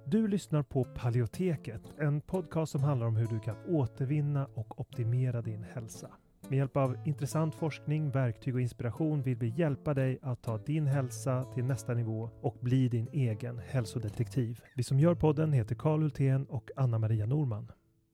Du lyssnar på Paleoteket, en podcast som handlar om hur du kan återvinna och optimera din hälsa. Med hjälp av intressant forskning, verktyg och inspiration vill vi hjälpa dig att ta din hälsa till nästa nivå och bli din egen hälsodetektiv. Vi som gör podden heter Carl Hultén och Anna-Maria Norman.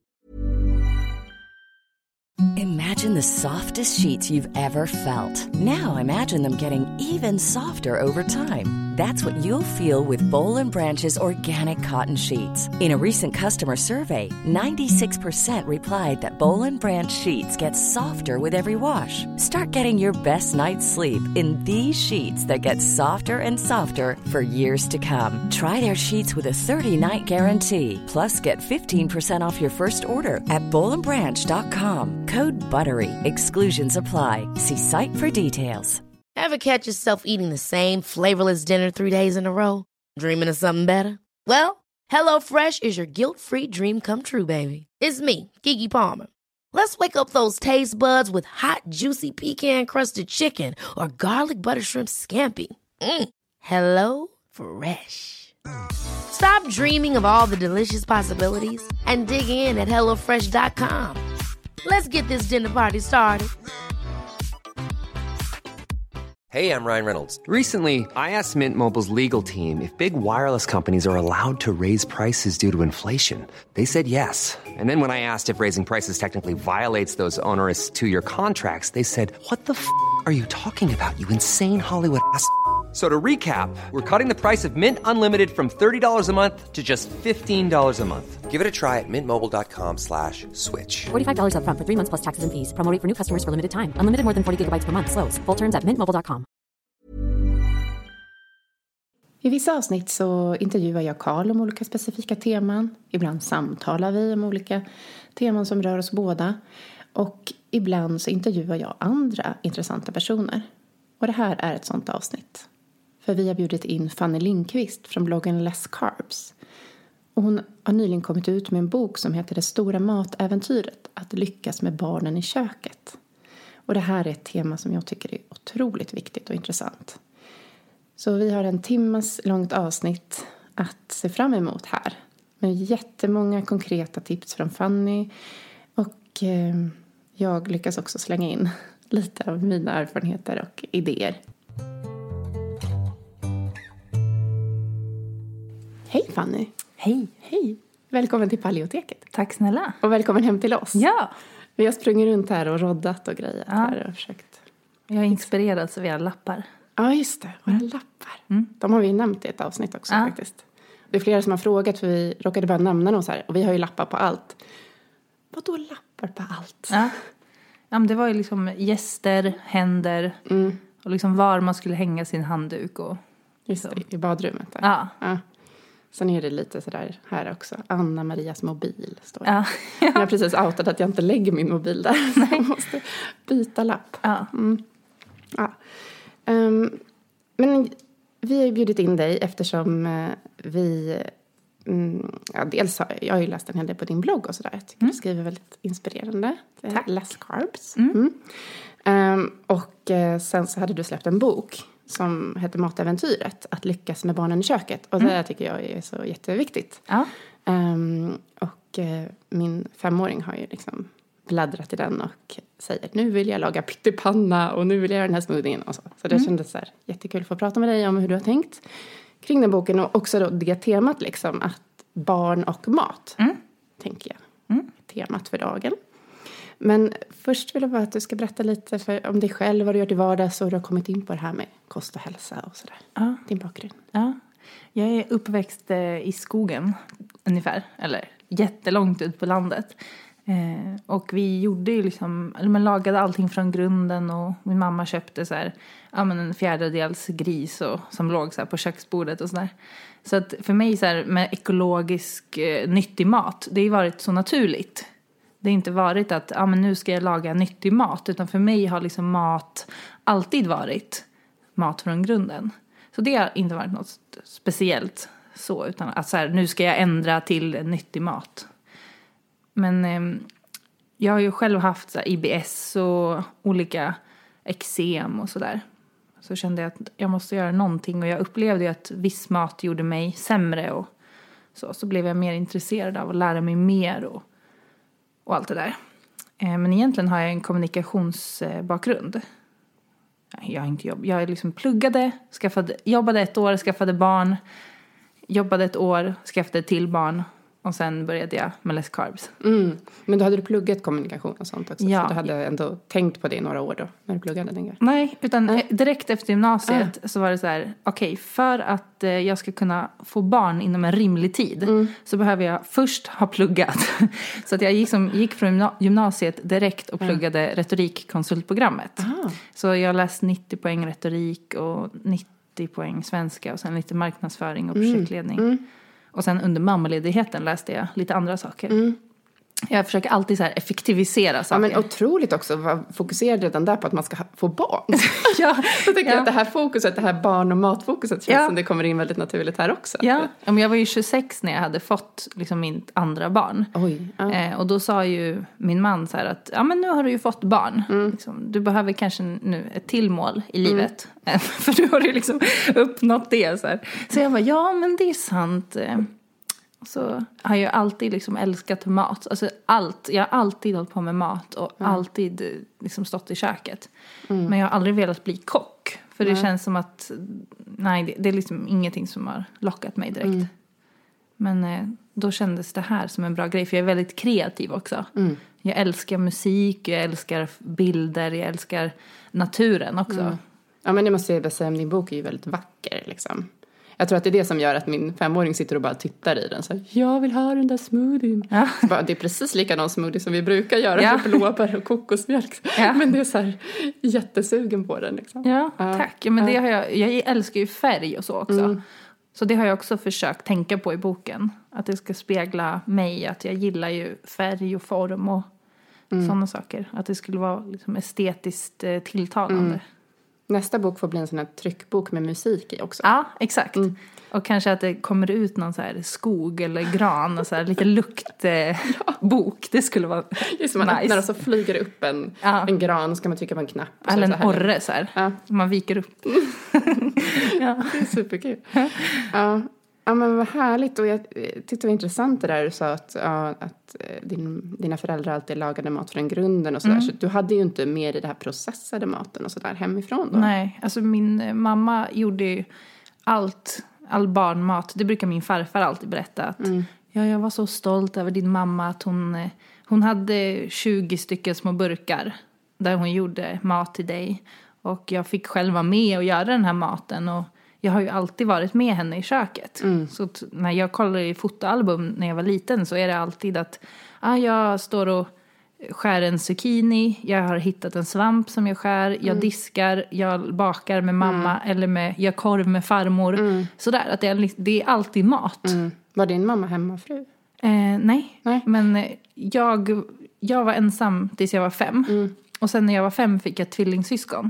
Imagine the softest sheets you've ever felt. Now imagine them getting even softer over time. That's what you'll feel with Boll & Branch's organic cotton sheets. In a recent customer survey, 96% replied that Boll & Branch sheets get softer with every wash. Start getting your best night's sleep in these sheets that get softer and softer for years to come. Try their sheets with a 30-night guarantee. Plus, get 15% off your first order at bollandbranch.com. Code BUTTERY. Exclusions apply. See site for details. Ever catch yourself eating the same flavorless dinner 3 days in a row? Dreaming of something better? Well, HelloFresh is your guilt-free dream come true, baby. It's me, Keke Palmer. Let's wake up those taste buds with hot, juicy pecan-crusted chicken or garlic butter shrimp scampi. Hello Fresh. Stop dreaming of all the delicious possibilities and dig in at HelloFresh.com. Let's get this dinner party started. Hey, I'm Ryan Reynolds. Recently, I asked Mint Mobile's legal team if big wireless companies are allowed to raise prices due to inflation. They said yes. And then when I asked if raising prices technically violates those onerous two-year contracts, they said, "What the f*** are you talking about, you insane Hollywood ass?" So to recap, we're cutting the price of Mint Unlimited from $30 a month to just $15 a month. Give it a try at mintmobile.com/switch. $45 up front for 3 months plus taxes and fees. Promo rate for new customers for limited time. Unlimited more than 40 gigabytes per month. Slows full terms at mintmobile.com. I vissa avsnitt så intervjuar jag Carl om olika specifika teman. Ibland samtalar vi om olika teman som rör oss båda. Och ibland så intervjuar jag andra intressanta personer. Och det här är ett sånt avsnitt. För vi har bjudit in Fanny Lindqvist från bloggen Less Carbs. Och hon har nyligen kommit ut med en bok som heter Det stora matäventyret. Att lyckas med barnen i köket. Och det här är ett tema som jag tycker är otroligt viktigt och intressant. Så vi har 1 timmes långt avsnitt att se fram emot här. Med jättemånga konkreta tips från Fanny. Och jag lyckas också slänga in lite av mina erfarenheter och idéer. Hej Fanny! Hej! Hej! Välkommen till Paleoteket. Tack snälla! Och välkommen hem till oss. Ja! Vi har sprungit runt här och roddat och grejat här och försökt. Jag har inspirerats av era lappar. Ja, just det. Våra lappar. De har vi nämnt i ett avsnitt också faktiskt. Det är flera som har frågat, för vi råkade bara nämna någon så här. Och vi har ju lappar på allt. Vadå lappar på allt? Ja, men det var ju liksom gäster, händer och liksom var man skulle hänga sin handduk. Och just det, i badrummet där. Ja. Sen är det lite sådär här också. Anna-Marias mobil står det. Ja. Jag har precis outat att jag inte lägger min mobil där. Så jag måste byta lapp. Ja. Men vi har ju bjudit in dig eftersom vi... dels har jag ju läst en hel del på din blogg och sådär. Jag tycker du skriver väldigt inspirerande. Tack. Less Carbs. Och sen så hade du släppt en bok som heter Matäventyret. Att lyckas med barnen i köket. Och det tycker jag är så jätteviktigt. Ja. Och min 5-åring har ju liksom bläddrat i den och säger nu vill jag laga pyttipanna och nu vill jag göra den här smoothien och så. Så det kändes så här jättekul att få prata med dig om hur du har tänkt kring den boken. Och också då det temat liksom att barn och mat, tänker jag. Temat för dagen. Men först vill jag bara att du ska berätta lite om dig själv, vad du gör i vardags och hur du har kommit in på det här med kost och hälsa och sådär. Ja. Din bakgrund. Ja. Jag är uppväxt i skogen ungefär, eller jättelångt ut på landet. Och vi gjorde ju liksom, eller man lagade allting från grunden och min mamma köpte så här, ja men en 1/4 gris och, som låg så här på köksbordet och sådär. Så att för mig så här med ekologisk nyttig mat, det har varit så naturligt. Det har inte varit att men nu ska jag laga nyttig mat, utan för mig har liksom mat alltid varit mat från grunden. Så det har inte varit något speciellt så, utan att så här, nu ska jag ändra till en nyttig mat. Men jag har ju själv haft så här, IBS och olika eksem och sådär. Så kände jag att jag måste göra någonting. Och jag upplevde ju att viss mat gjorde mig sämre. Och Så blev jag mer intresserad av att lära mig mer och allt det där. Men egentligen har jag en kommunikationsbakgrund. Jag har inte jobb. Jag liksom pluggade, jobbade 1 år, skaffade barn. Jobbade 1 år, skaffade ett till barn. Och sen började jag med Less Carbs. Men då hade du pluggat kommunikation och sånt också? Ja. Så du hade ändå tänkt på det i några år då, när du pluggade den gången? Nej, utan direkt efter gymnasiet så var det så här, okej, för att jag ska kunna få barn inom en rimlig tid så behöver jag först ha pluggat. Så att jag gick från gymnasiet direkt och pluggade retorikkonsultprogrammet. Så jag läste 90 poäng retorik och 90 poäng svenska och sen lite marknadsföring och projektledning. Och sen under mammaledigheten läste jag lite andra saker. Jag försöker alltid så här effektivisera saker. Ja, men otroligt också. Var fokuserad redan där på att man ska få barn. Ja, jag tycker att det här fokuset, det här barn- och matfokuset känns som det kommer in väldigt naturligt här också. Ja, men jag var ju 26 när jag hade fått liksom mitt andra barn. Oj, ja. Och då sa ju min man så här att ja, men nu har du ju fått barn. Liksom, du behöver kanske nu ett till mål i livet. För du har ju liksom uppnått det. Så jag bara, ja men det är sant. Så har jag alltid liksom älskat mat. Alltså allt. Jag har alltid hållit på med mat. Och alltid liksom stått i köket. Men jag har aldrig velat bli kock. För det känns som att nej, det är liksom ingenting som har lockat mig direkt. Men då kändes det här som en bra grej. För jag är väldigt kreativ också. Jag älskar musik. Jag älskar bilder. Jag älskar naturen också. Ja, men det måste jag säga. Din bok är ju väldigt vacker liksom. Jag tror att det är det som gör att min 5-åring sitter och bara tittar i den. Så här, jag vill ha den där smoothien. Ja. Bara, det är precis likadan smoothie som vi brukar göra. Ja. Med blåbär och kokosmjölk. Ja. Men det är så här jättesugen på den. Liksom. Ja, tack. Men det har jag älskar ju färg och så också. Så det har jag också försökt tänka på i boken. Att det ska spegla mig. Att jag gillar ju färg och form och sådana saker. Att det skulle vara liksom estetiskt tilltalande. Nästa bok får bli en sån här tryckbok med musik i också. Ja, exakt. Och kanske att det kommer ut någon så här skog eller gran och så här lite luktbok. Det skulle vara det är som man nice. Öppnar och så flyger det upp en gran och så kan man trycka på en knapp. Och eller så en orre så här. Ja. Man viker upp. Ja. Det är superkul. Ja, men vad härligt. Och jag tyckte det var intressant det där du sa att dina föräldrar alltid lagade mat från grunden och sådär. Så du hade ju inte mer i det här processade maten och sådär hemifrån då? Nej, alltså min mamma gjorde ju all barnmat. Det brukar min farfar alltid berätta. Att jag var så stolt över din mamma att hon hade 20 stycken små burkar där hon gjorde mat till dig. Och jag fick själv vara med och göra den här maten och jag har ju alltid varit med henne i köket. Så när jag kollar i fotoalbum när jag var liten så är det alltid att jag står och skär en zucchini. Jag har hittat en svamp som jag skär. Jag diskar, jag bakar med mamma eller gör korv med farmor. Sådär, att det är alltid mat. Var din mamma hemmafru? Nej, men jag var ensam tills jag var 5. Och sen när jag var 5 fick jag tvillingsyskon.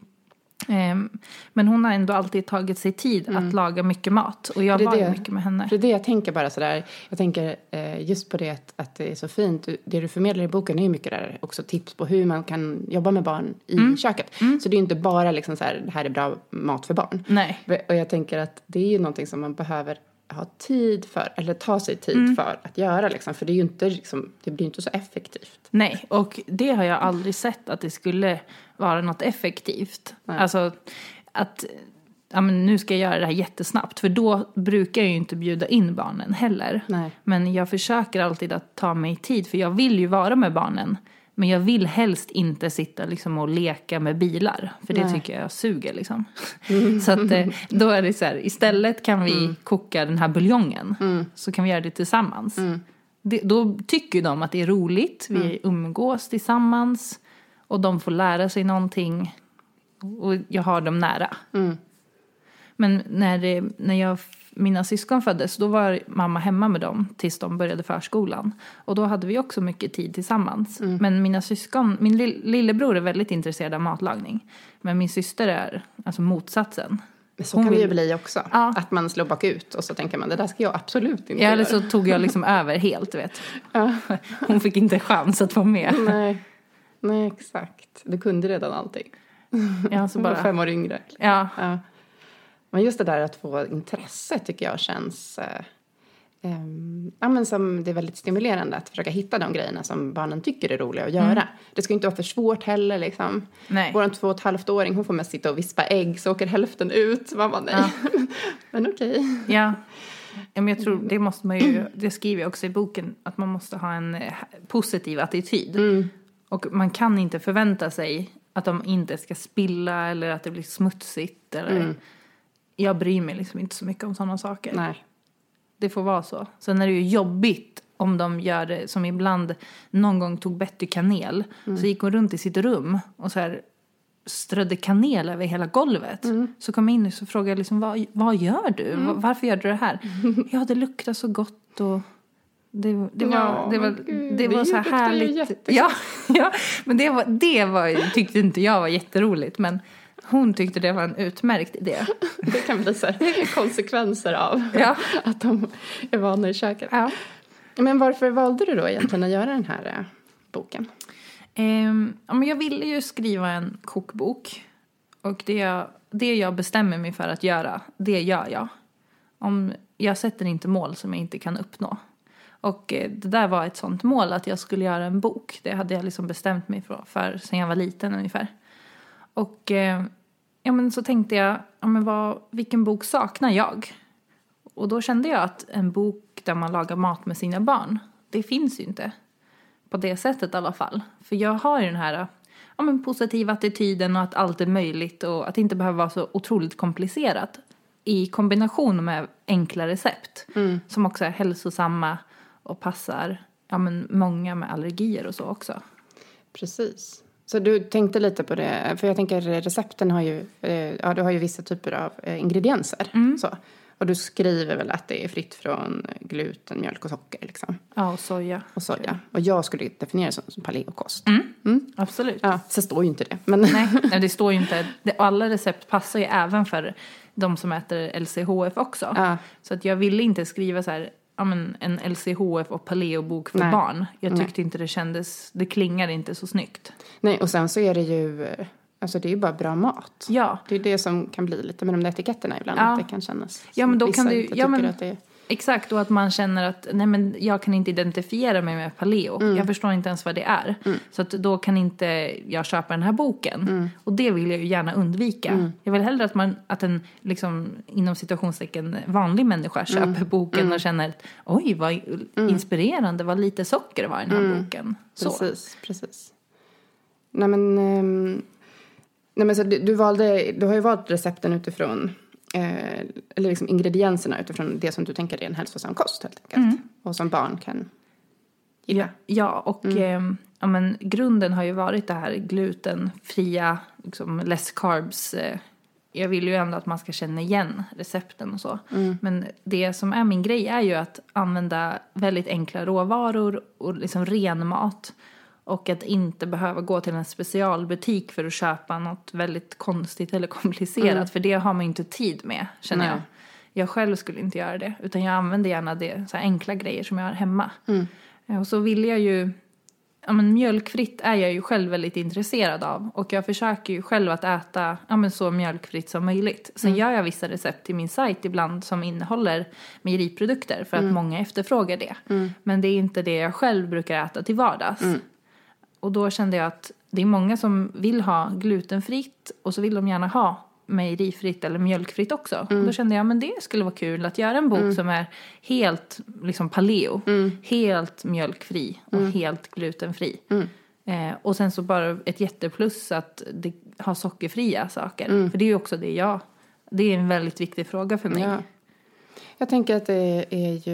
Men hon har ändå alltid tagit sig tid att laga mycket mat. Och jag var mycket med henne. Det är det jag tänker bara sådär. Jag tänker just på det att det är så fint. Det du förmedlar i boken är ju mycket där. Också tips på hur man kan jobba med barn i köket. Så det är ju inte bara liksom så här, det här är bra mat för barn. Nej. Och jag tänker att det är ju någonting som man behöver ha tid för. Eller ta sig tid för att göra liksom. För det är ju inte liksom, det blir inte så effektivt. Nej, och det har jag aldrig sett att det skulle vara något effektivt. Nej. Alltså att men nu ska jag göra det här jättesnabbt. För då brukar jag ju inte bjuda in barnen heller. Nej. Men jag försöker alltid att ta mig tid. För jag vill ju vara med barnen. Men jag vill helst inte sitta liksom och leka med bilar. För det tycker jag suger liksom. Så att då är det så här. Istället kan vi koka den här buljongen. Så kan vi göra det tillsammans. Då tycker de att det är roligt. Vi umgås tillsammans. Och de får lära sig någonting. Och jag har dem nära. Men när mina syskon föddes, då var mamma hemma med dem tills de började förskolan. Och då hade vi också mycket tid tillsammans. Men mina syskon, min lillebror är väldigt intresserad av matlagning. Men min syster är alltså motsatsen. Men så kan det ju bli också. Ja. Att man slår bakut och så tänker man, det där ska jag absolut inte göra. Eller så tog jag liksom över helt, vet. Ja. Hon fick inte chans att vara med. Nej, exakt. Du kunde redan allting. Ja, så bara 5 år yngre. Ja. Men just det där att få intresse tycker jag känns men som det är väldigt stimulerande att försöka hitta de grejerna som barnen tycker är roliga att göra. Det ska inte vara för svårt heller liksom. Vår 2,5-åring, hon får mest sitta och vispa ägg, så åker hälften ut. Mamma, nej. Ja. Men okej. Ja. Men jag tror det måste man ju, det skriver jag också i boken, att man måste ha en positiv attityd. Och man kan inte förvänta sig att de inte ska spilla eller att det blir smutsigt eller jag bryr mig liksom inte så mycket om sådana saker. Nej. Det får vara så. Sen är det ju jobbigt om de gör det som ibland någon gång tog Betty kanel. Så gick hon runt i sitt rum och så här strödde kanel över hela golvet. Så kom jag in och så frågade jag liksom, vad gör du? Varför gör du det här? Ja, det luktar så gott och det var så här härligt. Ja, men tyckte inte jag var jätteroligt, men hon tyckte det var en utmärkt idé. Det kan bli så här konsekvenser av att de är vana i köket. Ja. Men varför valde du då egentligen att göra den här boken? Men jag ville ju skriva en kokbok. Och det jag bestämmer mig för att göra, det gör jag. Om jag sätter inte mål som jag inte kan uppnå. Och det där var ett sånt mål att jag skulle göra en bok. Det hade jag liksom bestämt mig för sen jag var liten ungefär. Och men så tänkte jag, vilken bok saknar jag? Och då kände jag att en bok där man lagar mat med sina barn, det finns ju inte. På det sättet i alla fall. För jag har ju den här positiva attityden och att allt är möjligt och att det inte behöver vara så otroligt komplicerat. I kombination med enkla recept som också är hälsosamma och passar många med allergier och så också. Precis. Så du tänkte lite på det, för jag tänker recepten har ju, du har ju vissa typer av ingredienser. Så. Och du skriver väl att det är fritt från gluten, mjölk och socker liksom. Ja, och soja. Och jag skulle definiera det som paleokost. Absolut. Ja, så står ju inte det. Men Nej, det står ju inte. Alla recept passar ju även för de som äter LCHF också. Ja. Så att jag ville inte skriva så här, en LCHF och paleobok för barn. Jag tyckte inte det klingar inte så snyggt. Nej, och sen så är det ju, alltså det är ju bara bra mat. Ja. Det är det som kan bli lite med de där etiketterna ibland. Att det kan kännas. Ja, men då kan du, att det är... Exakt, och att man känner att jag kan inte identifiera mig med paleo. Jag förstår inte ens vad det är. Så att då kan inte jag köpa den här boken. Och det vill jag ju gärna undvika. Jag vill hellre att en liksom, inom situationstecken vanlig människa köper boken och känner oj, vad inspirerande, vad lite socker var i den här boken. Så. Precis. Nej men så du har ju valt recepten utifrån eller liksom ingredienserna utifrån det som du tänker är en hälsosam kost helt enkelt. Och som barn kan gilla. Ja, och grunden har ju varit det här glutenfria, liksom less carbs. Jag vill ju ändå att man ska känna igen recepten och så. Men det som är min grej är ju att använda väldigt enkla råvaror och liksom ren mat. Och att inte behöva gå till en specialbutik för att köpa något väldigt konstigt eller komplicerat. För det har man ju inte tid med, känner jag. Jag själv skulle inte göra det. Utan jag använder gärna det, så här enkla grejer som jag har hemma. Och så vill jag ju... mjölkfritt är jag ju själv väldigt intresserad av. Och jag försöker ju själv att äta så mjölkfritt som möjligt. Sen gör jag vissa recept till min sajt ibland som innehåller mejeriprodukter. För att många efterfrågar det. Men det är inte det jag själv brukar äta till vardags. Och då kände jag att det är många som vill ha glutenfritt. Och så vill de gärna ha mejerifritt eller mjölkfritt också. Och då kände jag, det skulle vara kul att göra en bok som är helt liksom paleo. Helt mjölkfri och helt glutenfri. Och sen så bara ett jätteplus att det har sockerfria saker. För det är ju också det är en väldigt viktig fråga för mig. Ja. Jag tänker att det är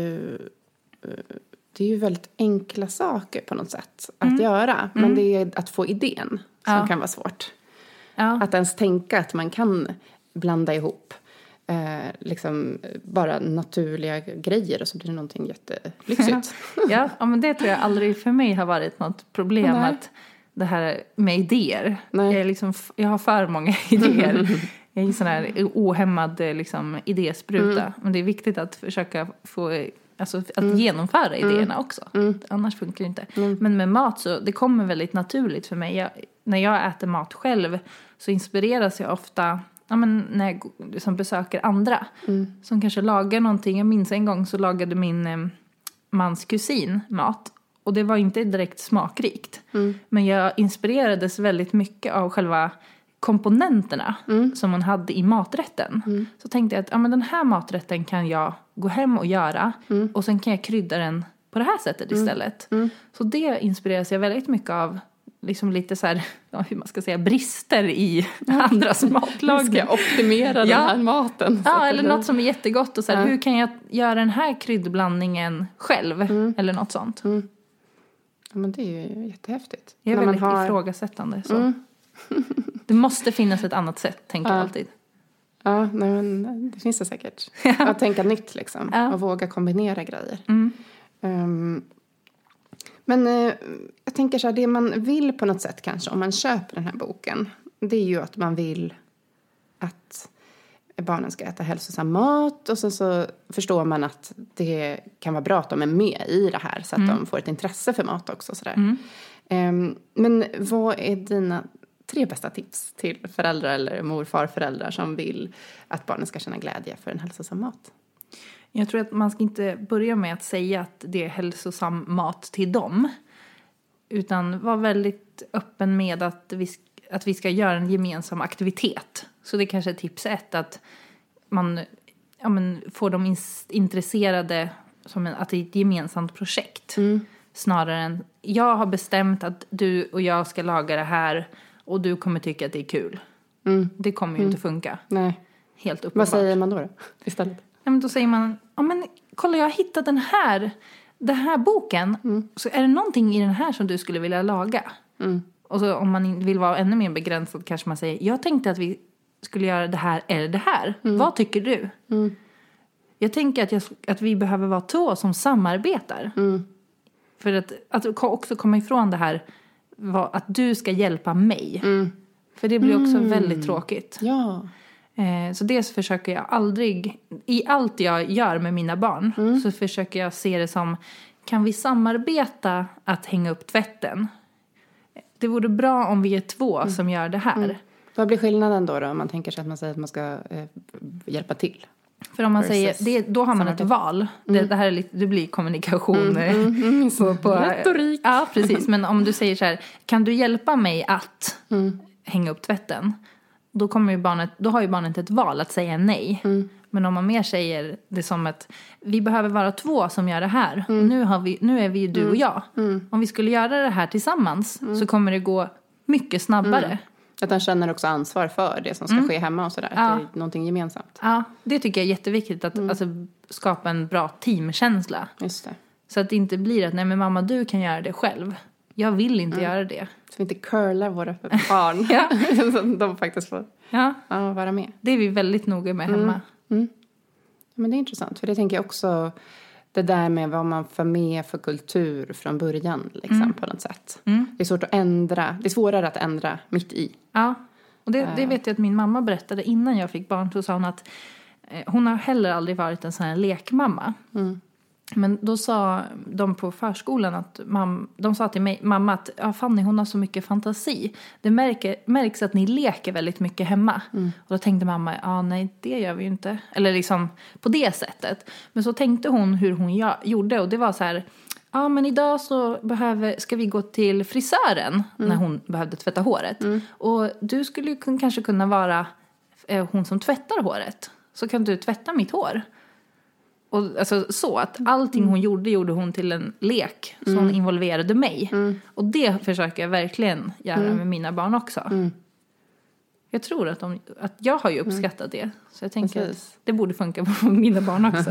ju väldigt enkla saker på något sätt att göra. Men det är att få idén som kan vara svårt. Ja. Att ens tänka att man kan blanda ihop liksom bara naturliga grejer och så blir det någonting jättelyxigt. Ja, men det tror jag aldrig för mig har varit något problem. Att det här med idéer. Jag har för många idéer. Jag är en sån här ohämmad liksom, idéspruta. Men det är viktigt att försöka få... Alltså att genomföra idéerna också. Annars funkar det inte. Men med mat så, det kommer väldigt naturligt för mig. När jag äter mat själv så inspireras jag ofta när jag liksom besöker andra som kanske lagar någonting. Jag minns en gång så lagade min mans kusin mat. Och det var inte direkt smakrikt. Men jag inspirerades väldigt mycket av själva komponenterna som hon hade i maträtten. Så tänkte jag att den här maträtten kan jag gå hem och göra. Och sen kan jag krydda den på det här sättet istället. Så det inspireras jag väldigt mycket av. Liksom lite så här, hur man ska säga, brister i andras matlagning. Ska jag optimera den här maten? Ja, eller något som är jättegott. Och så här, hur kan jag göra den här kryddblandningen själv? Eller något sånt. Ja, men det är ju jättehäftigt. Jag är väldigt ifrågasättande. Så. Det måste finnas ett annat sätt, tänker jag alltid. Ja, nej, men det finns det säkert. Att tänka nytt liksom. Och våga kombinera grejer. Men jag tänker så här, det man vill på något sätt kanske om man köper den här boken. Det är ju att man vill att barnen ska äta hälsosam mat. Och så förstår man att det kan vara bra att de är med i det här. Så att de får ett intresse för mat också. Sådär. Men vad är dina 3 bästa tips till föräldrar eller morfarföräldrar som vill att barnen ska känna glädje för en hälsosam mat? Jag tror att man ska inte börja med att säga att det är hälsosam mat till dem. Utan vara väldigt öppen med att vi ska göra en gemensam aktivitet. Så det är kanske är tips 1 att man får dem intresserade som att det är ett gemensamt projekt. Snarare än jag har bestämt att du och jag ska laga det här och du kommer tycka att det är kul. Det kommer ju inte funka. Nej. Helt uppenbart. Vad säger man då istället? Men då säger man, kolla jag har hittat den här boken. Så är det någonting i den här som du skulle vilja laga? Och så om man vill vara ännu mer begränsad kanske man säger, jag tänkte att vi skulle göra det här eller det här. Vad tycker du? Jag tänker att vi behöver vara 2 som samarbetar. För att också komma ifrån det här att du ska hjälpa mig. För det blir också väldigt tråkigt. Ja. Så det försöker jag aldrig, i allt jag gör med mina barn, så försöker jag se det som, kan vi samarbeta att hänga upp tvätten? Det vore bra om vi är 2 som gör det här. Vad blir skillnaden då om man tänker sig att man säger att man ska hjälpa till? För om man säger, då har man ett val. Det här är det blir kommunikation. På retorik. Ja, precis. Men om du säger så här, kan du hjälpa mig att hänga upp tvätten? Då har ju barnet ett val att säga nej. Men om man mer säger det som att vi behöver vara 2 som gör det här. Och nu är vi ju du och jag. Om vi skulle göra det här tillsammans så kommer det gå mycket snabbare. Att den känner också ansvar för det som ska ske hemma och sådär. Att det är någonting gemensamt. Ja, det tycker jag är jätteviktigt. Att skapa en bra teamkänsla. Just det. Så att det inte blir att, nej men mamma du kan göra det själv. Jag vill inte göra det. Så vi inte curlar våra barn. Så de faktiskt får vara med. Det är vi väldigt noga med hemma. Men det är intressant. För det tänker jag också, det där med vad man får med för kultur från början. Liksom, på något sätt. Det är svårt att ändra. Det är svårare att ändra mitt i. Ja, och det vet jag att min mamma berättade innan jag fick barn. Så sa hon att hon har heller aldrig varit en sån här lekmamma. Men då sa de på förskolan att de sa till mig, mamma, att Fanny hon har så mycket fantasi. Det märks att ni leker väldigt mycket hemma. Och då tänkte mamma, nej det gör vi ju inte. Eller liksom på det sättet. Men så tänkte hon hur hon gjorde och det var så här, men idag så ska vi gå till frisören när hon behövde tvätta håret. Och du skulle ju kanske kunna vara hon som tvättar håret. Så kan du tvätta mitt hår. Och alltså så att allting hon gjorde hon till en lek. Så hon involverade mig. Och det försöker jag verkligen göra med mina barn också. Jag tror att jag har ju uppskattat det. Så jag tänker att det borde funka på mina barn också.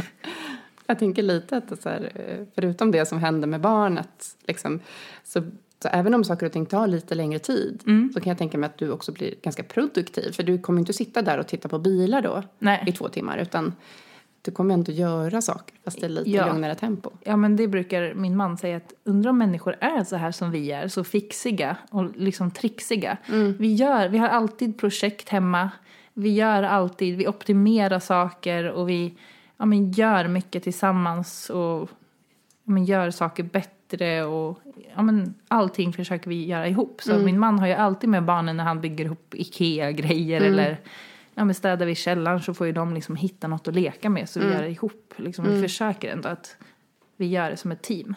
Jag tänker lite att så här, förutom det som händer med barnet liksom, så även om saker och ting tar lite längre tid så kan jag tänka mig att du också blir ganska produktiv. För du kommer inte att sitta där och titta på bilar då i 2 timmar utan du kommer ändå göra saker fast det är lite lugnare tempo. Ja, men det brukar min man säga att undrar om människor är så här som vi är, så fixiga och liksom trixiga. Vi har alltid projekt hemma. Vi optimerar saker och vi gör mycket tillsammans och gör saker bättre och allting försöker vi göra ihop. Så min man har ju alltid med barnen när han bygger ihop IKEA-grejer eller städar vi källaren, så får ju de liksom hitta något att leka med, så vi gör det ihop. Liksom, vi försöker ändå att vi gör det som ett team.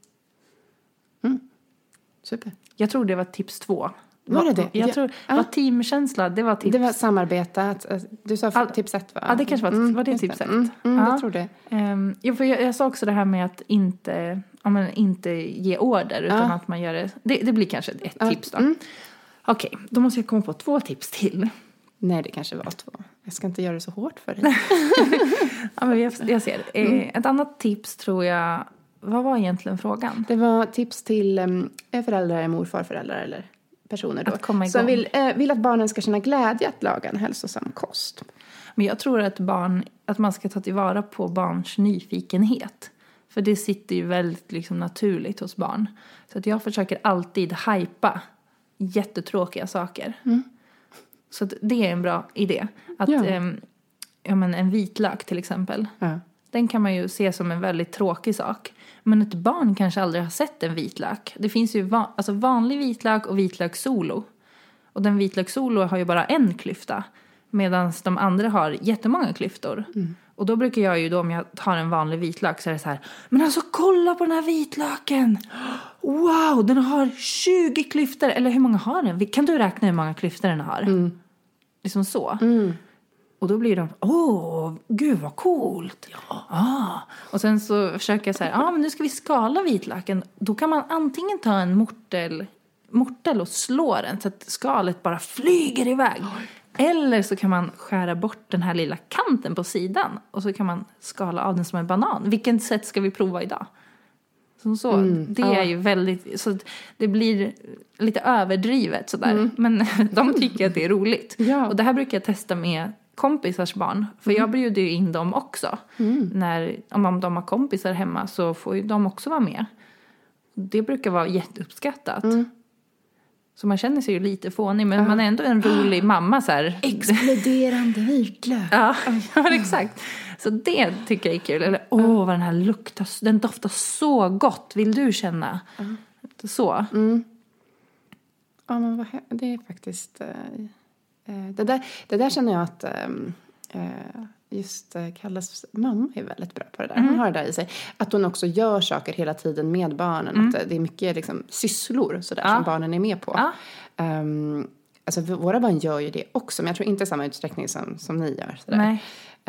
Super. Jag tror det var tips 2. Var det? Jag tror var teamkänsla, det var tips. Det var samarbete. Du sa tips 1, va? Ja, det kanske var det tips 1. Jag tror det. Jag sa också det här med att inte ge order, utan att man gör det. Det blir kanske ett tips då. Okej, då måste jag komma på 2 tips till. Nej, det kanske var 2. Jag ska inte göra det så hårt för dig. Ja, men jag ser. Ett annat tips tror jag, vad var egentligen frågan? Det var tips till föräldrar, morfarföräldrar eller personer då, som vill att barnen ska känna glädje att laga en hälsosam kost. Men jag tror att man ska ta tillvara på barns nyfikenhet. För det sitter ju väldigt liksom naturligt hos barn. Så att jag försöker alltid hypa jättetråkiga saker. Så att det är en bra idé. Att en vitlök till exempel. Ja. Den kan man ju se som en väldigt tråkig sak. Men ett barn kanske aldrig har sett en vitlök. Det finns ju vanlig vitlök och vitlök solo. Och den vitlök solo har ju bara en klyfta. Medan de andra har jättemånga klyftor. Och då brukar jag ju då, om jag tar en vanlig vitlök, så är det så här: men alltså kolla på den här vitlöken! Wow, den har 20 klyftor. Eller hur många har den? Kan du räkna hur många klyftor den har? Liksom så. Och då blir de, gud vad coolt. Ja. Och sen så försöker jag så här, men nu ska vi skala vitlöken. Då kan man antingen ta en mortel och slå den så att skalet bara flyger iväg. Eller så kan man skära bort den här lilla kanten på sidan. Och så kan man skala av den som en banan. Vilket sätt ska vi prova idag? Det är ju väldigt, så det blir lite överdrivet sådär. Men de tycker att det är roligt. Och det här brukar jag testa med kompisars barn. För jag bjuder ju in dem också. Om de har kompisar hemma så får ju de också vara med. Det brukar vara jätteuppskattat. Så man känner sig ju lite fånig. Men man är ändå en rolig mamma så här. Exploderande vitlök. Ja, exakt. Så det tycker jag är kul. Eller vad den här luktar. Den doftar så gott. Vill du känna? Så. Ja, men det är faktiskt... Det där känner jag att just Kalles mamma är väldigt bra på det där. Hon har det där i sig. Att hon också gör saker hela tiden med barnen. Att det är mycket liksom sysslor sådär, som barnen är med på. Alltså våra barn gör ju det också. Men jag tror inte i samma utsträckning som ni gör. Sådär. Nej.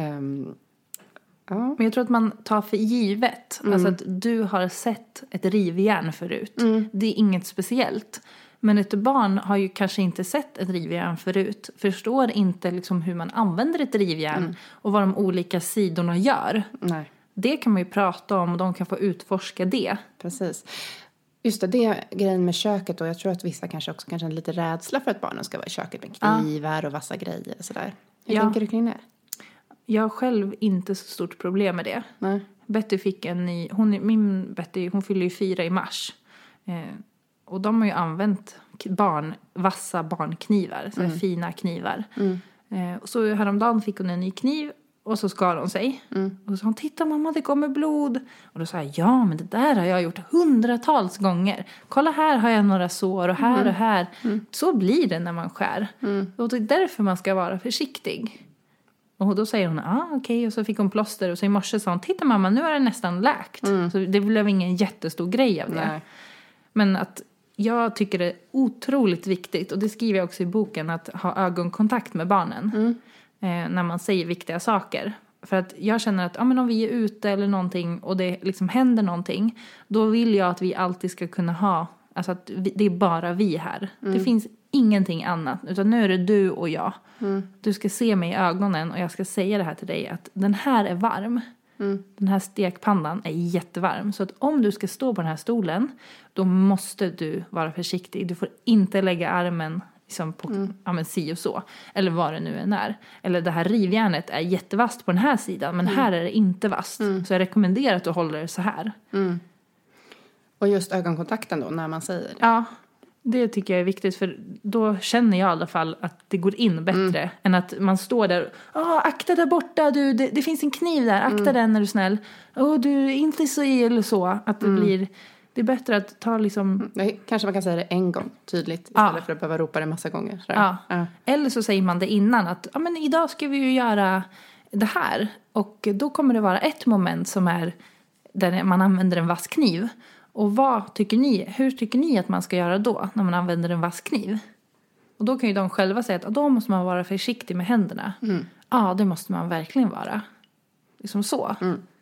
Men jag tror att man tar för givet. Alltså att du har sett ett rivjärn förut. Det är inget speciellt. Men ett barn har ju kanske inte sett ett rivjärn förut. Förstår inte liksom hur man använder ett rivjärn. Och vad de olika sidorna gör. Nej. Det kan man ju prata om och de kan få utforska det. Precis. Just det grejen med köket. Och jag tror att vissa kanske också har lite rädsla för att barnen ska vara i köket med knivar och vassa grejer och sådär. Hur tänker du kring det? Jag har själv inte så stort problem med det. Nej. Betty fick en ny... Min Betty, hon fyller ju 4 i mars. Och de har ju använt vassa barnknivar. Så fina knivar. Och så häromdagen fick hon en ny kniv. Och så skar hon sig. Och så sa hon, titta mamma, det kommer blod. Och då sa jag, ja men det där har jag gjort 100-tals gånger. Kolla här har jag några sår och här och här. Så blir det när man skär. Och det är därför man ska vara försiktig. Och då säger hon, okej. Och så fick hon plåster. Och så i morse sa hon, titta mamma, nu är det nästan läkt. Så det blev ingen jättestor grej av det. Nej. Men att jag tycker det är otroligt viktigt. Och det skriver jag också i boken. Att ha ögonkontakt med barnen. När man säger viktiga saker. För att jag känner att om vi är ute eller någonting. Och det liksom händer någonting. Då vill jag att vi alltid ska kunna ha. Alltså att det är bara vi här. Det finns ingenting annat. Utan nu är det du och jag. Du ska se mig i ögonen. Och jag ska säga det här till dig. Att den här är varm. Den här stekpannan är jättevarm. Så att om du ska stå på den här stolen. Då måste du vara försiktig. Du får inte lägga armen liksom på si och så. Eller vad det nu än är. Eller det här rivjärnet är jättevast på den här sidan. Men här är det inte vast. Så jag rekommenderar att du håller det så här. Och just ögonkontakten då när man säger det. Ja. Det tycker jag är viktigt, för då känner jag i alla fall att det går in bättre än att man står där. Akta där borta, du, det finns en kniv där, akta den när du är snäll. Du är inte så eller så. Att det blir, det är bättre att ta liksom... Kanske man kan säga det en gång tydligt istället för att behöva ropa det en massa gånger. Ja. Eller så säger man det innan att men idag ska vi ju göra det här. Och då kommer det vara ett moment som är där man använder en vass kniv. Och hur tycker ni att man ska göra då när man använder en vass kniv? Och då kan ju de själva säga att då måste man vara försiktig med händerna. Ja, det måste man verkligen vara. Liksom så.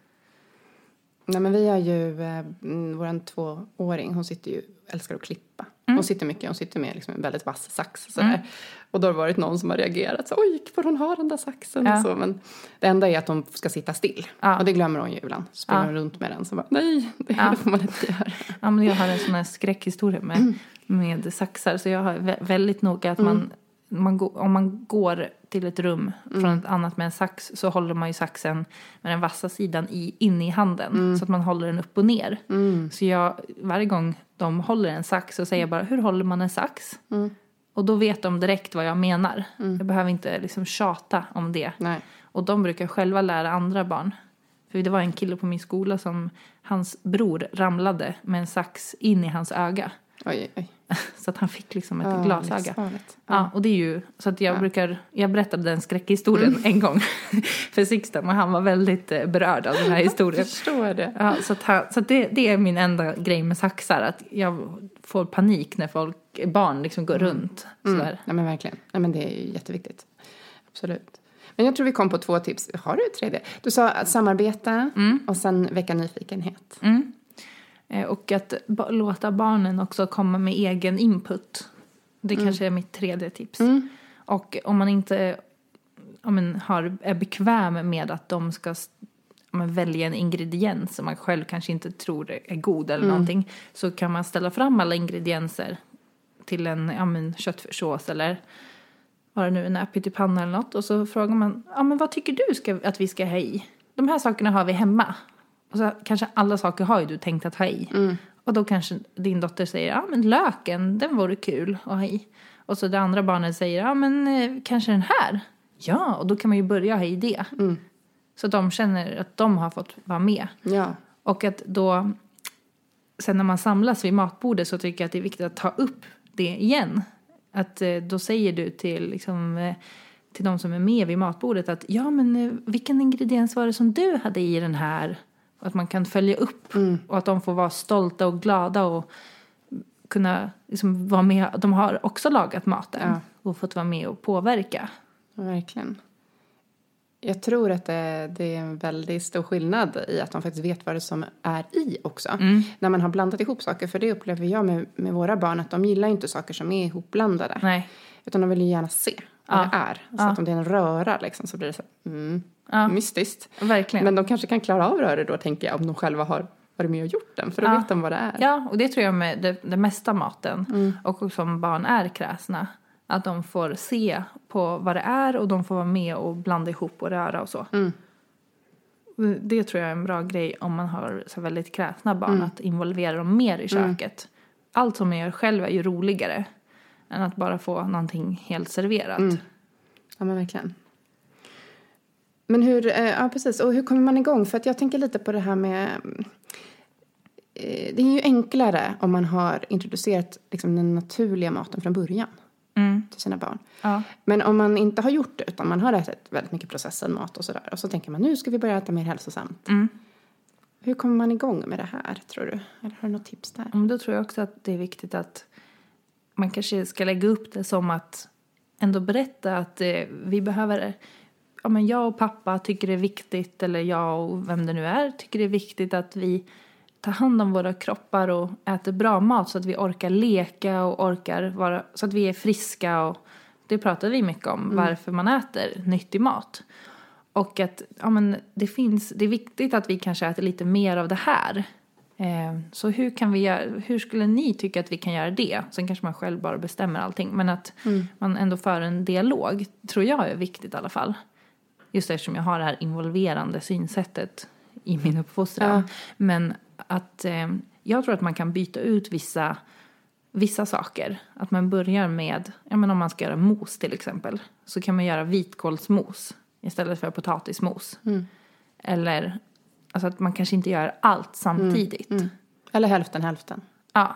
Nej, men vi har ju våran 2-åring, hon älskar att klippa. Hon sitter med liksom en väldigt vass sax. Sådär. Och då har det varit någon som har reagerat. Oj, får hon ha den där saxen? Och så. Men det enda är att hon ska sitta still. Och det glömmer hon ju ibland. Springer hon runt med den. Så bara, nej, det får man inte göra. Ja, men jag har en sån här skräckhistoria med saxar. Så jag har väldigt noga att om man går till ett rum från ett annat med en sax, så håller man ju saxen med den vassa sidan in i handen. Så att man håller den upp och ner. Så varje gång de håller en sax så säger jag bara, hur håller man en sax? Och då vet de direkt vad jag menar. Jag behöver inte liksom tjata om det. Nej. Och de brukar själva lära andra barn. För det var en kille på min skola som hans bror ramlade med en sax in i hans öga. Oj. Så att han fick liksom ett glasöga. Ja, och det är ju så att jag berättade den skräckhistorien en gång för Sixten, och han var väldigt berörd av den här historien. Jag förstår det. Ja, så att det är min enda grej med saxar, att jag får panik när barn liksom går runt sådär. Nej, men verkligen. Nej, men det är ju jätteviktigt. Absolut. Men jag tror vi kom på 2 tips. Har du 3? Du sa att samarbeta och sen väcka nyfikenhet. Och att låta barnen också komma med egen input. Det kanske är mitt 3:e tips. Och om man inte är bekväm med att de ska välja en ingrediens som man själv kanske inte tror är god eller någonting, så kan man ställa fram alla ingredienser till en köttfärssås eller vad det nu är, en pyttipanna eller något. Och så frågar man, men vad tycker du att vi ska ha i? De här sakerna har vi hemma. Och så kanske alla saker har ju du tänkt att ha i. Och då kanske din dotter säger, men löken, den vore kul att ha i. Och så det andra barnet säger, men kanske den här. Ja, och då kan man ju börja ha i det. Så att de känner att de har fått vara med. Ja. Och att då, sen när man samlas vid matbordet, så tycker jag att det är viktigt att ta upp det igen. Att då säger du till de som är med vid matbordet att vilken ingrediens var det som du hade i den här? Att man kan följa upp och att de får vara stolta och glada och kunna liksom vara med. De har också lagat maten och fått vara med och påverka. Verkligen. Jag tror att det är en väldigt stor skillnad i att de faktiskt vet vad det som är i också. När man har blandat ihop saker. För det upplever jag med våra barn, att de gillar inte saker som är ihopblandade. Nej. Utan de vill ju gärna se vad det är. Så att om det är en röra liksom, så blir det så mystiskt. Verkligen. Men de kanske kan klara av röra då, tänker jag, om de själva har varit med och gjort den. För då vet de vad det är. Ja, och det tror jag med det mesta maten. Och som barn är kräsna. Att de får se på vad det är och de får vara med och blanda ihop och röra och så. Det tror jag är en bra grej om man har så väldigt kräsna barn. Att involvera dem mer i köket. Allt som man gör själv är ju roligare än att bara få någonting helt serverat. Ja, men verkligen. Men precis. Och hur kommer man igång? För att jag tänker lite på det här med... Det är ju enklare om man har introducerat liksom den naturliga maten från början. Till sina barn. Ja. Men om man inte har gjort det, utan man har ätit väldigt mycket processad mat och sådär. Och så tänker man, nu ska vi börja äta mer hälsosamt. Hur kommer man igång med det här, tror du? Eller har du något tips där? Då tror jag också att det är viktigt att man kanske ska lägga upp det som att ändå berätta att vi behöver... men jag och pappa tycker det är viktigt, eller jag och vem det nu är tycker det är viktigt att vi tar hand om våra kroppar och äter bra mat så att vi orkar leka och orkar vara, så att vi är friska. Och det pratar vi mycket om, varför man äter nyttig mat. Och att det är viktigt att vi kanske äter lite mer av det här. Så hur skulle ni tycka att vi kan göra det? Sen kanske man själv bara bestämmer allting. Men att man ändå för en dialog tror jag är viktigt i alla fall. Just eftersom jag har det här involverande synsättet i min uppfostran. Men att jag tror att man kan byta ut vissa vissa saker. Att man börjar med, om man ska göra mos till exempel. Så kan man göra vitkålsmos istället för potatismos. Eller alltså att man kanske inte gör allt samtidigt. Eller hälften. Ja.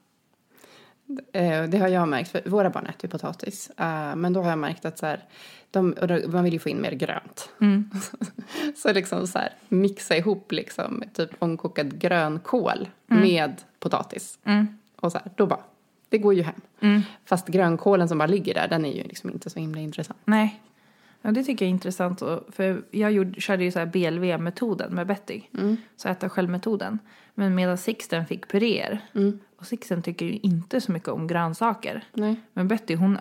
Det har jag märkt, för våra barn äter ju potatis. Men då har jag märkt att så här, man vill ju få in mer grönt. Så liksom så här, mixa ihop liksom typ omkokad grönkål med potatis. Och så här, då bara, det går ju hem. Fast grönkålen som bara ligger där, den är ju liksom inte så himla intressant. Nej. Ja, det tycker jag är intressant. För jag körde ju så här BLV-metoden med Betty. Så äta själv-metoden. Men medan Sixten fick puréer. Och Sixten tycker ju inte så mycket om grönsaker. Nej. Men Betty, hon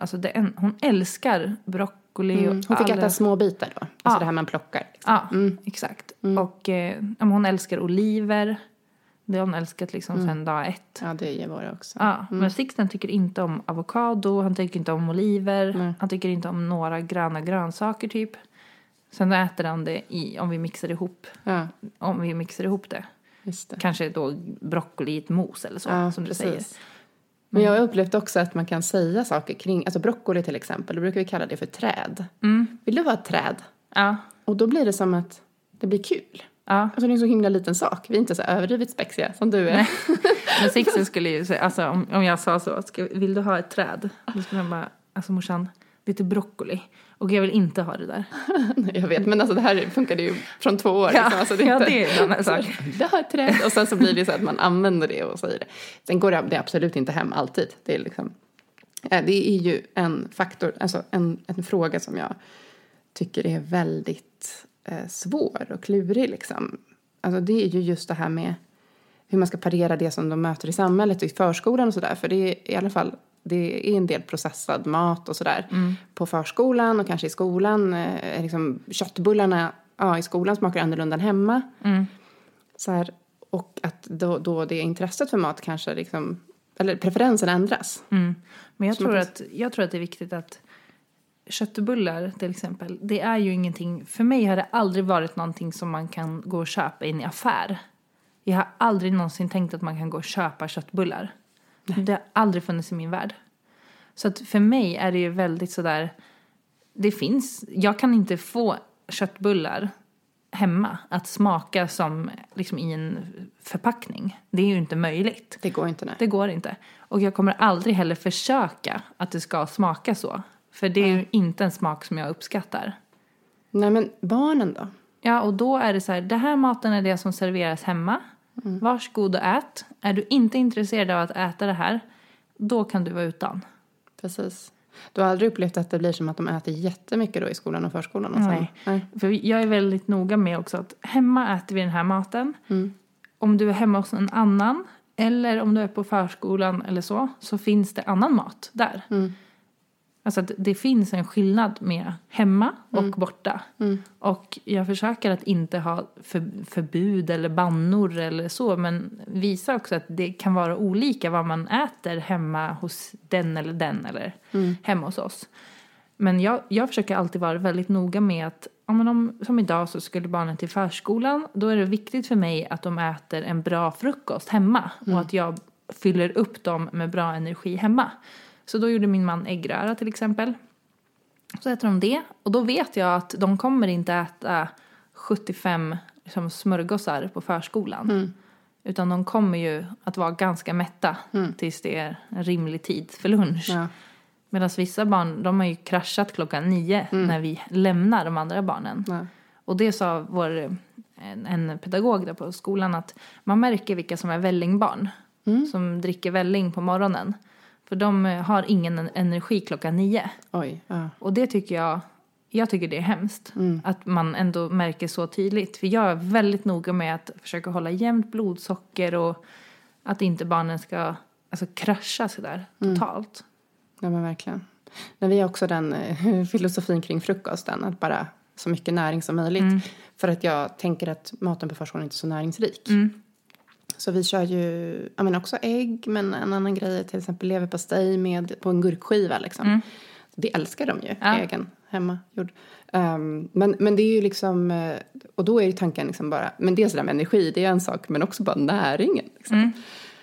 älskar broccoli. Och hon fick äta små bitar då. Alltså det här man plockar. Liksom. Ja, exakt. Och hon älskar oliver. Det har hon älskat liksom sedan dag 1. Ja, det gör våra också. Ja, men Sixten tycker inte om avokado. Han tycker inte om oliver. Nej. Han tycker inte om några gröna grönsaker typ. Sen äter han det om vi mixar ihop. Ja. Om vi mixar ihop det. Just det. Kanske då broccoli i ett mos eller så, som precis. du säger. Men jag har upplevt också att man kan säga saker kring, alltså broccoli till exempel, då brukar vi kalla det för träd. Vill du vara ett träd? Ja. Och då blir det som att det blir kul. Ja. Alltså det är en så himla liten sak. Vi är inte så överdrivet spexiga som du är. Nej. Men Sixten skulle ju säga, alltså om jag sa så, vill du ha ett träd? Då skulle jag bara, alltså morsan, lite broccoli. Och jag vill inte ha det där. Nej, jag vet, men alltså det här funkade ju från 2 år. Ja, liksom. Alltså, det är en annan sak. Det har ett träd. Och sen så blir det så att man använder det och säger det. Sen går det absolut inte hem alltid. Det är liksom, det är ju en faktor, alltså en fråga som jag tycker är väldigt svår och klurig liksom. Alltså det är ju just det här med hur man ska parera det som de möter i samhället och i förskolan och sådär. För det är i alla fall, det är en del processad mat och sådär på förskolan och kanske i skolan. Liksom köttbullarna i skolan smakar annorlunda än hemma. Så här, och att då det intresset för mat kanske liksom, eller preferensen ändras. Men jag tror att det är viktigt att köttbullar till exempel, det är ju ingenting, för mig har det aldrig varit någonting som man kan gå och köpa in i affär. Jag har aldrig någonsin tänkt att man kan gå och köpa köttbullar. Nej. Det har aldrig funnits i min värld. Så att för mig är det ju väldigt sådär, jag kan inte få köttbullar hemma att smaka som liksom i en förpackning. Det är ju inte möjligt. Det går inte, nej. Det går inte. Och jag kommer aldrig heller försöka att det ska smaka så. För det är ju inte en smak som jag uppskattar. Nej, men barnen då? Ja, och då är det så här, det här maten är det som serveras hemma. Varsågod och ät. Är du inte intresserad av att äta det här, då kan du vara utan. Precis. Du har aldrig upplevt att det blir som att de äter jättemycket då i skolan och förskolan? Och Nej. För jag är väldigt noga med också att hemma äter vi den här maten. Om du är hemma hos en annan, eller om du är på förskolan eller så finns det annan mat där. Alltså att det finns en skillnad med hemma och borta. Och jag försöker att inte ha förbud eller bannor eller så. Men visa också att det kan vara olika vad man äter hemma hos den eller hemma hos oss. Men jag försöker alltid vara väldigt noga med att som idag så skulle barnen till förskolan. Då är det viktigt för mig att de äter en bra frukost hemma. Och att jag fyller upp dem med bra energi hemma. Så då gjorde min man äggröra till exempel. Så äter de det. Och då vet jag att de kommer inte äta 75 liksom, smörgåsar på förskolan. Utan de kommer ju att vara ganska mätta tills det är en rimlig tid för lunch. Ja. Medan vissa barn, de har ju kraschat klockan 9 när vi lämnar de andra barnen. Ja. Och det sa en pedagog där på skolan att man märker vilka som är vällingbarn. Som dricker välling på morgonen. För de har ingen energi klockan 9. Oj, ja. Och det tycker jag tycker det är hemskt. Att man ändå märker så tydligt. För jag är väldigt noga med att försöka hålla jämnt blodsocker. Och att inte barnen ska krascha sådär totalt. Ja, men verkligen. Men vi har också den filosofin kring frukosten. Att bara så mycket näring som möjligt. För att jag tänker att maten på förskolan är inte så näringsrik. Så vi kör ju också ägg, men en annan grej är till exempel leverpastej på en gurkskiva liksom. Det älskar de ju, egen, hemmagjord. Men det är ju liksom, och då är ju tanken liksom bara, men det är sådär med energi, det är en sak, men också bara näringen liksom.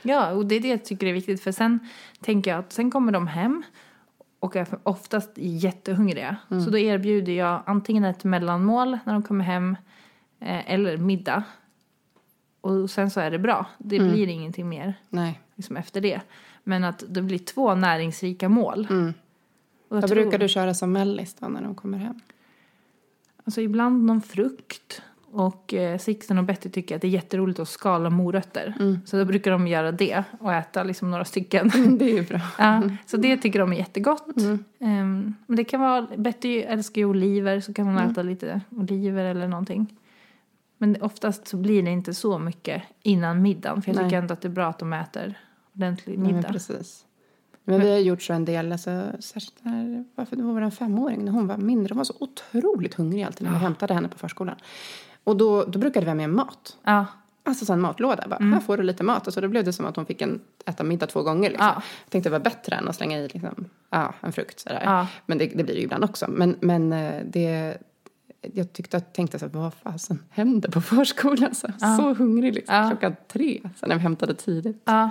Ja, och det är det jag tycker är viktigt. För sen tänker jag att sen kommer de hem och är oftast jättehungriga. Så då erbjuder jag antingen ett mellanmål när de kommer hem eller middag. Och sen så är det bra. Det blir ingenting mer liksom efter det. Men att det blir 2 näringsrika mål. Och Vad brukar du köra som mellis då när de kommer hem? Alltså ibland någon frukt. Och Sixten och Betty tycker att det är jätteroligt att skala morötter. Så då brukar de göra det. Och äta liksom några stycken. Det är ju bra. Ja, så det tycker de är jättegott. Men det kan vara, Betty älskar ju oliver. Så kan man äta lite oliver eller någonting. Men oftast så blir det inte så mycket innan middagen. För jag tycker ändå att det är bra att de äter ordentlig middag. Men precis. Men vi har gjort så en del, alltså, särskilt varför det var vår 5-åring när hon var mindre. De var så otroligt hungrig alltid när vi hämtade henne på förskolan. Och då brukade vi ha med mat. Ja. Alltså så en matlåda. Bara, här får du lite mat. Och så då blev det som att hon fick äta middag 2 gånger. Liksom. Ja. Jag tänkte det var bättre än att slänga i liksom, en frukt. Sådär. Ja. Men det blir det ju ibland också. Men det... Jag tänkte så här, vad fasen hände på förskolan? Så hungrig liksom. 3:00. Sen när vi hämtade tidigt. Ja.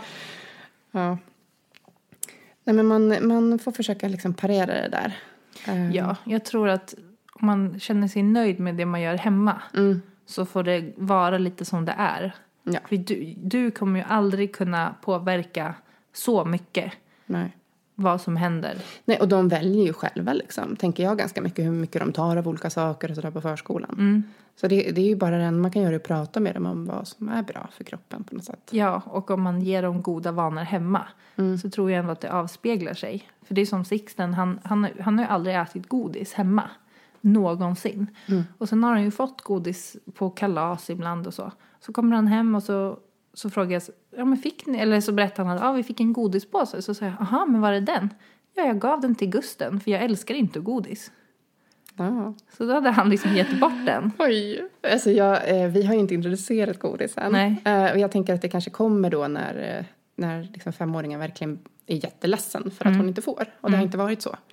Nej, men man får försöka liksom parera det där. Ja, jag tror att om man känner sig nöjd med det man gör hemma. Så får det vara lite som det är. Ja. För du kommer ju aldrig kunna påverka så mycket. Nej. Vad som händer. Nej, och de väljer ju själva liksom. Tänker jag ganska mycket hur mycket de tar av olika saker och sådär på förskolan. Så det är ju bara man kan göra och prata med dem om vad som är bra för kroppen på något sätt. Ja, och om man ger dem goda vanor hemma. Så tror jag ändå att det avspeglar sig. För det är som Sixten, han har ju aldrig ätit godis hemma. Någonsin. Och sen har han ju fått godis på kalas ibland och så. Så kommer han hem och så frågar jag, ja men fick ni? Eller så berättar han att vi fick en godispåse. Så säger jag, aha, men var är den? Ja, jag gav den till Gusten, för jag älskar inte godis. Ja. Så då hade han liksom gett bort den. Oj, alltså vi har ju inte introducerat godis än. Nej. Och jag tänker att det kanske kommer då när liksom 5-åringen verkligen är jätteledsen för att hon inte får. Och det har inte varit så.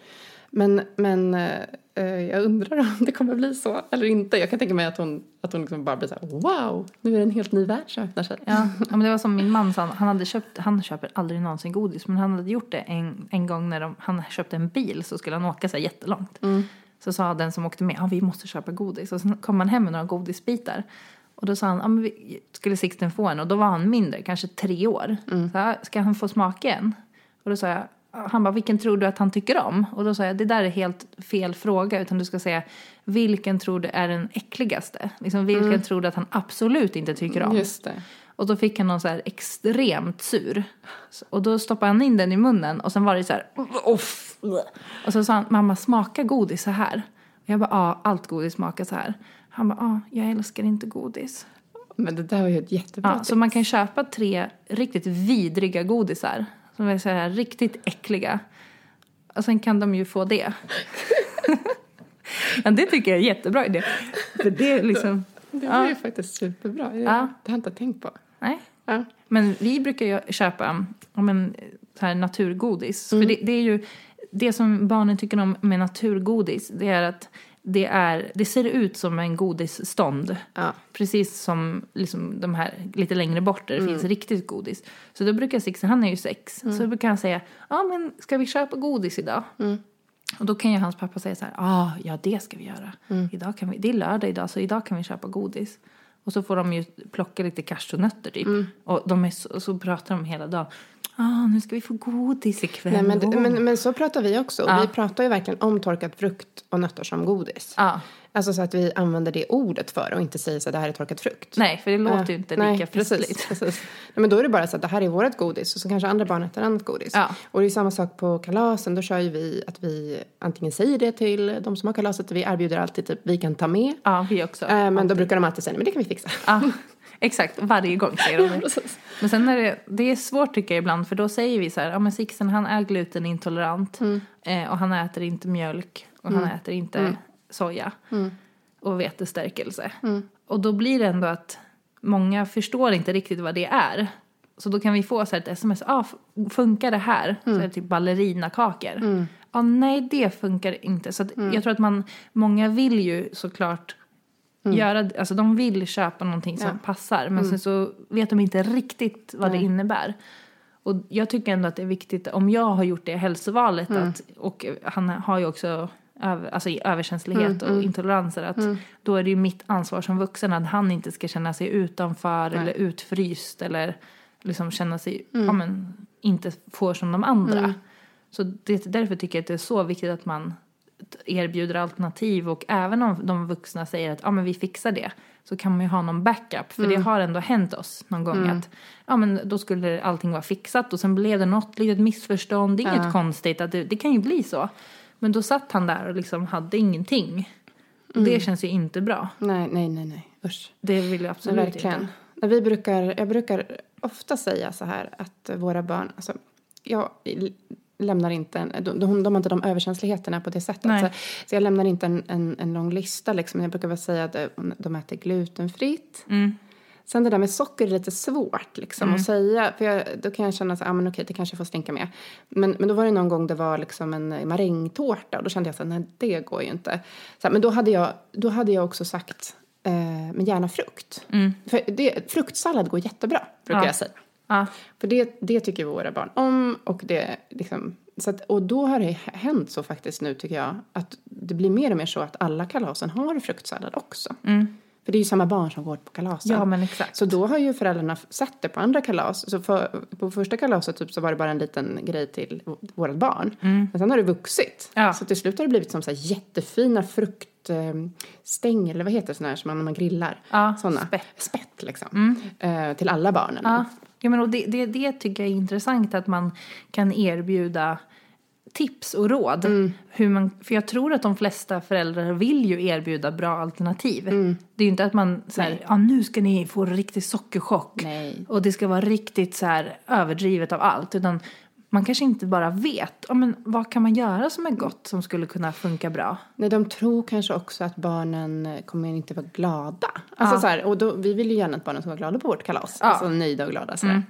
Men jag undrar om det kommer bli så eller inte. Jag kan tänka mig att hon liksom bara blir så här, wow, nu är det en helt ny värld som öppnar sig. Ja, men det var som min man sa, han köper aldrig någonsin godis. Men han hade gjort det en gång när han köpte en bil, så skulle han åka så här jättelångt. Så sa den som åkte med, vi måste köpa godis. Och så kom han hem med några godisbitar. Och då sa han, men vi skulle Sixten få en. Och då var han mindre, kanske 3 år. Så ska han få smaka en? Och då sa jag, han bara, vilken tror du att han tycker om? Och då sa jag, det där är helt fel fråga. Utan du ska säga, vilken tror du är den äckligaste? Liksom, vilken tror du att han absolut inte tycker om? Just det. Och då fick han någon så här extremt sur. Och då stoppade han in den i munnen. Och sen var det så här, off. Och så sa han, mamma, smaka godis så här. Och jag bara, allt godis smakar så här. Han bara, jag älskar inte godis. Men det där var ju ett jättebra så man kan köpa 3 riktigt vidriga godisar. Som är så här riktigt äckliga. Och sen kan de ju få det. Ja, det tycker jag är jättebra idé. För det är liksom... Det var ju faktiskt superbra. Det har jag inte tänkt på. Nej. Ja. Men vi brukar ju köpa så här naturgodis. För det är ju... Det som barnen tycker om med naturgodis, det är att det ser ut som en godisstånd. Ja. Precis som liksom de här lite längre bort där det finns riktigt godis. Så då brukar Sixten, han är ju 6. Så då brukar han säga, men ska vi köpa godis idag? Och då kan ju hans pappa säga så här, ja det ska vi göra. Idag kan vi, det är lördag idag, så idag kan vi köpa godis. Och så får de ju plocka lite cashewnötter typ. Och så pratar de hela dagen. Nu ska vi få godis ikväll. Nej, men så pratar vi också. Och vi pratar ju verkligen om torkad frukt och nötter som godis. Alltså så att vi använder det ordet för och inte säger så att det här är torkad frukt. Nej, för det låter ju inte lika festligt. Precis. Nej, men då är det bara så att det här är vårt godis. Och så kanske andra barn äter annat godis. Och det är samma sak på kalasen. Då kör ju vi att vi antingen säger det till de som har kalaset. Vi erbjuder alltid typ, vi kan ta med. Ja, vi också. Men då brukar de alltid säga, men det kan vi fixa. Exakt, varje gång säger de det. Men sen är det är svårt tycker jag ibland. För då säger vi så här, men Sixten han är glutenintolerant. Och han äter inte mjölk. Och han äter inte soja. Och vetestärkelse. Och då blir det ändå att många förstår inte riktigt vad det är. Så då kan vi få så här ett sms. Funkar det här? Så är det typ ballerinakakor. Nej, det funkar inte. Så att jag tror att många vill ju såklart göra, alltså de vill köpa någonting som passar. Men sen så vet de inte riktigt vad det innebär. Och jag tycker ändå att det är viktigt, om jag har gjort det hälsovalet, och han har ju också överkänslighet och intoleranser, att då är det ju mitt ansvar som vuxen att han inte ska känna sig utanför eller utfryst eller liksom känna sig, inte får som de andra. Så därför tycker jag att det är så viktigt att man erbjuder alternativ, och även om de vuxna säger att men vi fixar det, så kan man ju ha någon backup, för det har ändå hänt oss någon gång att men då skulle allting vara fixat och sen blev det något litet missförstånd, det är inget konstigt, att det kan ju bli så, men då satt han där och liksom hade ingenting. Det känns ju inte bra. Nej. Usch. Det vill jag absolut verkligen inte. Jag brukar ofta säga så här att våra barn, alltså jag lämnar inte de har inte de överkänsligheterna på det sättet. Så jag lämnar inte en lång lista liksom. Jag brukar väl säga att de äter glutenfritt. Sen det där med socker är lite svårt liksom att säga, för då kan jag känna så men okej, det kanske får stinka med. Men då var det någon gång det var liksom en marängtårta, och då kände jag så här, nej, det går ju inte. Så, men då hade jag också sagt men gärna frukt. För fruktsallad går jättebra, brukar jag säga. För det tycker våra barn om, och det liksom, så att, och då har det hänt så faktiskt nu, tycker jag, att det blir mer och mer så att alla kalasen har fruktsallad också. För det är ju samma barn som går på kalasen. Ja, men exakt. Så då har ju föräldrarna sett det på andra kalas. Så på första kalaset typ, så var det bara en liten grej till vårt barn. Men sen har det vuxit. Så till slut har det blivit som så här jättefina fruktstängel, eller vad heter det, sådana här som man grillar. Såna. Spett liksom. Till alla barnen. Ja, men och det tycker jag är intressant, att man kan erbjuda tips och råd. För jag tror att de flesta föräldrar vill ju erbjuda bra alternativ. Det är ju inte att man så här, nu ska ni få riktigt sockerchock. Nej. Och det ska vara riktigt så här överdrivet av allt. Utan man kanske inte bara vet, men vad kan man göra som är gott, som skulle kunna funka bra? Nej, de tror kanske också att barnen kommer inte vara glada. Alltså så här, och då, vi vill ju gärna att barnen ska vara glada på vårt kalas. Alltså nöjda och glada sådär.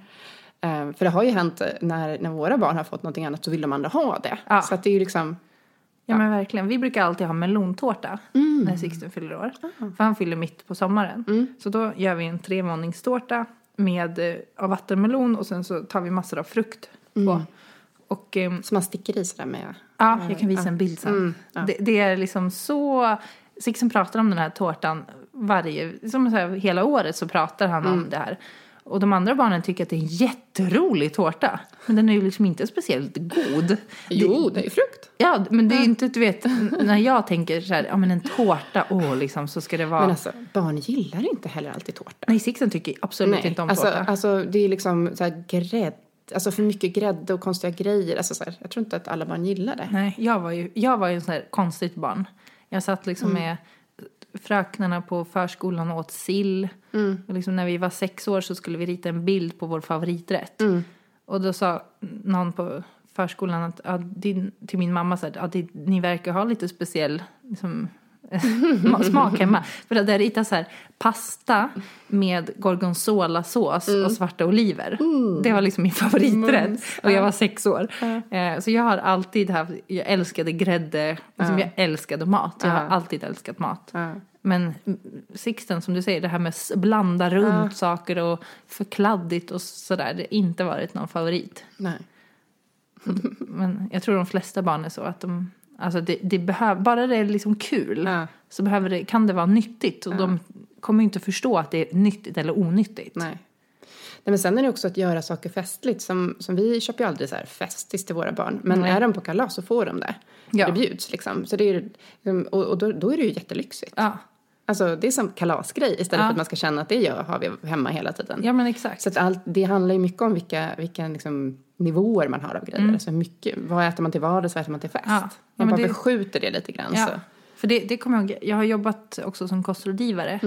För det har ju hänt när våra barn har fått någonting annat, så vill de andra ha det. Så att det är ju liksom... Ja, men verkligen. Vi brukar alltid ha melontårta när Sixten fyller år. För han fyller mitt på sommaren. Så då gör vi en 3-våningstårta med av vattenmelon, och sen så tar vi massor av frukt på. Och, så man sticker i sådär med... Ja, jag kan visa en bild sen. Det är liksom så... Sixten pratar om den här tårtan som så här, hela året så pratar han om det här. Och de andra barnen tycker att det är en jätterolig tårta. Men den är ju liksom inte speciellt god. Jo, det är frukt. Ja, men det är inte, du vet, när jag tänker så här, men en tårta, liksom, så ska det vara... Men alltså, barn gillar inte heller alltid tårta. Nej, Sixten tycker absolut inte om tårta. Alltså, det är liksom så här grädd. Alltså för mycket grädde och konstiga grejer. Alltså så här, jag tror inte att alla barn gillar det. Nej, jag var ju en sån här konstigt barn. Jag satt liksom med fröknarna på förskolan och åt sill. Och liksom när vi var 6 år så skulle vi rita en bild på vår favoriträtt. Och då sa någon på förskolan att till min mamma så här, att ni verkar ha lite speciell liksom, smak hemma. För att det ritas så här pasta med gorgonzola-sås och svarta oliver. Det var liksom min favoriträtt. Och jag var 6 år. Så jag har alltid haft, jag älskade grädde. Liksom jag älskade mat. Jag har alltid älskat mat. Men Sixten, som du säger, det här med blanda runt saker och förkladdigt och sådär, det har inte varit någon favorit. Nej. Men jag tror de flesta barn är så att de... Alltså det behöver, bara det är liksom kul så kan det vara nyttigt. Och de kommer ju inte förstå att det är nyttigt eller onyttigt. Nej, men sen är det också att göra saker festligt. Som vi köper ju aldrig så här festis till våra barn. Men är de på kalas så får de det. Det bjuds liksom. Så det är, och då är det ju jättelyxigt. Ja. Alltså det är som kalasgrej istället för att man ska känna att det har vi hemma hela tiden. Ja, men exakt. Så att det handlar ju mycket om vilka liksom nivåer man har av grejer. Alltså mycket, vad äter man till vardags, vad äter man till fest? Man bara beskjuter det lite grann. Så. För det kommer jag ihåg. Jag har jobbat också som kostrådgivare.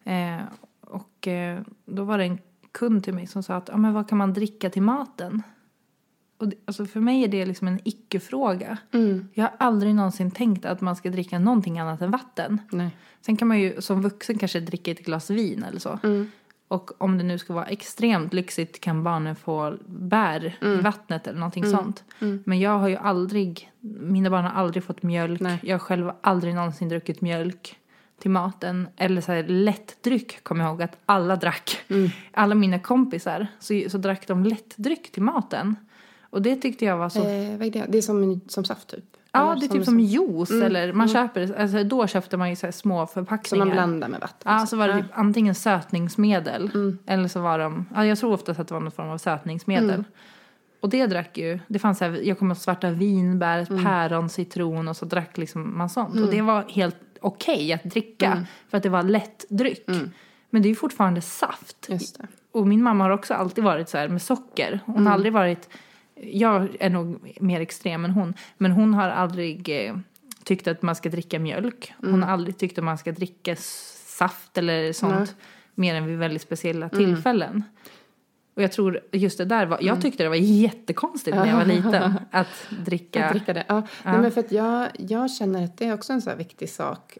Och då var det en kund till mig som sa att men vad kan man dricka till maten? Och alltså för mig är det liksom en icke-fråga. Jag har aldrig någonsin tänkt att man ska dricka någonting annat än vatten. Nej. Sen kan man ju som vuxen kanske dricka ett glas vin eller så. Och om det nu ska vara extremt lyxigt kan barnen få bär i vattnet eller någonting sånt. Men jag har ju mina barn har aldrig fått mjölk. Nej. Jag själv har aldrig någonsin druckit mjölk. till maten. Eller så här lättdryck, kommer jag ihåg att alla drack. Alla mina kompisar så drack de lättdryck till maten. Och det tyckte jag var så... Vad är det? Det är som saft typ? Ja, det är typ som juice. Eller man köper, alltså då köpte man ju så här små förpackningar. Som man blandar med vatten. Ja, så var det typ antingen sötningsmedel. Eller så var de... Ja, jag tror oftast att det var någon form av sötningsmedel. Och det drack ju... Det fanns så här, jag kommer ihåg svarta vinbär, päron, citron. Och så drack liksom man sånt. Och det var helt okej att dricka. För att det var lättdryck. Men det är ju fortfarande saft. Just det. Och min mamma har också alltid varit så här med socker. Hon har aldrig varit... Jag är nog mer extrem än hon. Men hon har aldrig tyckt att man ska dricka mjölk. Hon har aldrig tyckt att man ska dricka saft eller sånt. Mer än vid väldigt speciella tillfällen. Och jag tror just det där var... Jag tyckte det var jättekonstigt när jag var liten. Att dricka... Att dricka det, ja. Nej, men för att jag känner att det är också en så här viktig sak.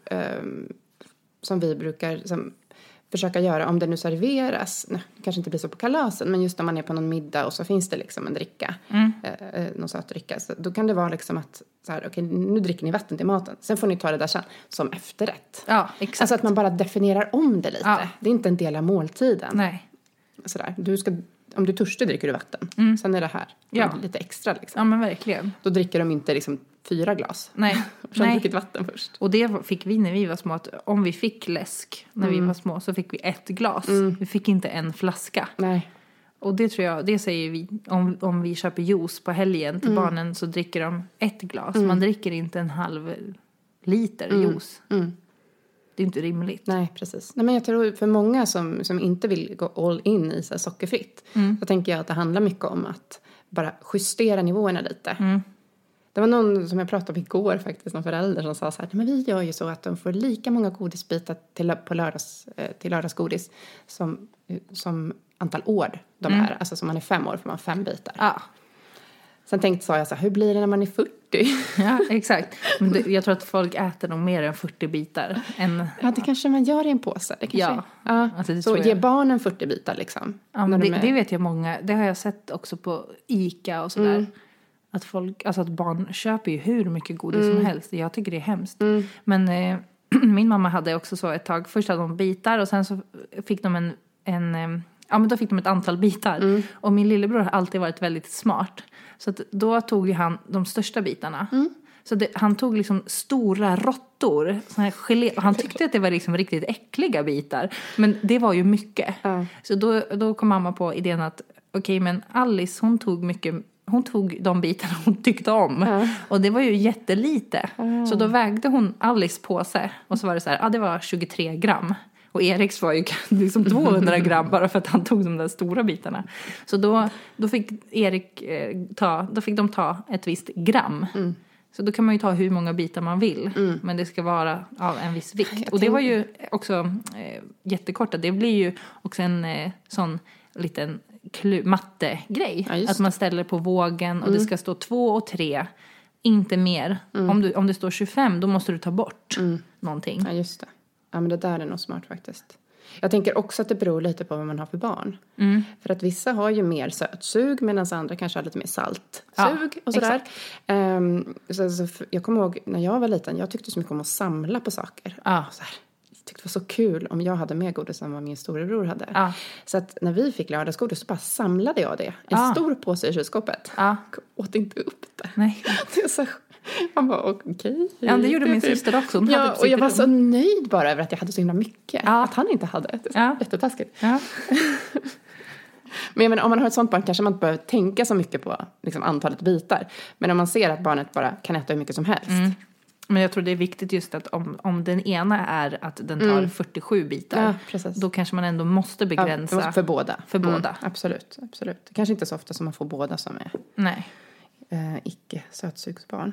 Som vi brukar... försöka göra om det nu serveras. Nej, det kanske inte blir så på kalasen. Men just när man är på någon middag och så finns det liksom en dricka. Någon söt dricka. Så då kan det vara liksom att så här, okej, nu dricker ni vatten till maten. Sen får ni ta det där sen som efterrätt. Ja, exakt. Alltså att man bara definierar om det lite. Ja. Det är inte en del av måltiden. Nej. Sådär. Om du är törstig dricker du vatten. Sen är det här. Ja. Lite extra liksom. Ja, men verkligen. Då dricker de inte liksom 4 glas. Nej. För de druckit vatten först. Och det fick vi när vi var små. Att om vi fick läsk när vi var små så fick vi 1 glas. Vi fick inte en flaska. Nej. Och det tror jag, det säger vi. Om vi köper juice på helgen till barnen så dricker de 1 glas. Man dricker inte en halv liter juice. Det är inte rimligt. Nej, precis. Nej, men jag tror för många som inte vill gå all in i så här sockerfritt. Så tänker jag att det handlar mycket om att bara justera nivåerna lite. Det var någon som jag pratade med igår faktiskt, någon förälder som sa så här, men vi gör ju så att de får lika många godisbitar till lördagsgodis som antal år de är. Alltså som man är 5 år får man 5 bitar. Ja. Sen sa jag så här, hur blir det när man är 40? Ja, exakt. Men jag tror att folk äter nog mer än 40 bitar. Ja, det kanske man gör i en påse. Det kanske, Alltså det så ge barnen 40 bitar liksom. Ja, men det vet jag många. Det har jag sett också på ICA och sådär. Att att barn köper ju hur mycket godis som helst. Jag tycker det är hemskt. Men min mamma hade också så ett tag. Först hade de bitar och sen så fick de men då fick de ett antal bitar. Och min lillebror har alltid varit väldigt smart. Så att då tog ju han de största bitarna. Så han tog liksom stora råttor. Gelé, och han tyckte att det var liksom riktigt äckliga bitar. Men det var ju mycket. Så då kom mamma på idén att okej, men Alice hon tog de bitarna hon tyckte om. Och det var ju jättelite. Så då vägde hon Alice påse. Och så var det så här, det var 23 gram. Och Eriks var ju liksom 200 gram bara för att han tog de där stora bitarna. Så då fick Erik då fick de ta ett visst gram. Så då kan man ju ta hur många bitar man vill. Men det ska vara av en viss vikt. Och det var ju också jättekorta. Det blir ju också en sån liten mattegrej. Ja, att man ställer på vågen och det ska stå 2 och 3. Inte mer. Om det står 25 då måste du ta bort någonting. Ja, just det. Ja, men det där är nog smart faktiskt. Jag tänker också att det beror lite på vad man har för barn. För att vissa har ju mer sötsug medan andra kanske har lite mer saltsug och sådär. Så jag kommer ihåg när jag var liten, jag tyckte så mycket om att samla på saker. Så här, jag tyckte det var så kul om jag hade mer godis än vad min storebror hade. Så att när vi fick lördagsgodis så bara samlade jag det. En stor påse i kylskåpet. Jag åt inte upp det. Nej. Det är så... Han bara, okej. Ja, det gjorde min syster också. Och jag var så nöjd bara över att jag hade så himla mycket. Att han inte hade. Det är jättetaskigt. Men jag menar, om man har ett sånt barn kanske man inte behöver tänka så mycket på liksom, antalet bitar. Men om man ser att barnet bara kan äta hur mycket som helst. Men jag tror det är viktigt just att om den ena är att den tar 47 bitar. Då kanske man ändå måste begränsa. För båda. För båda. Absolut. Det kanske inte är så ofta som man får båda som är icke-sötsugsbarn.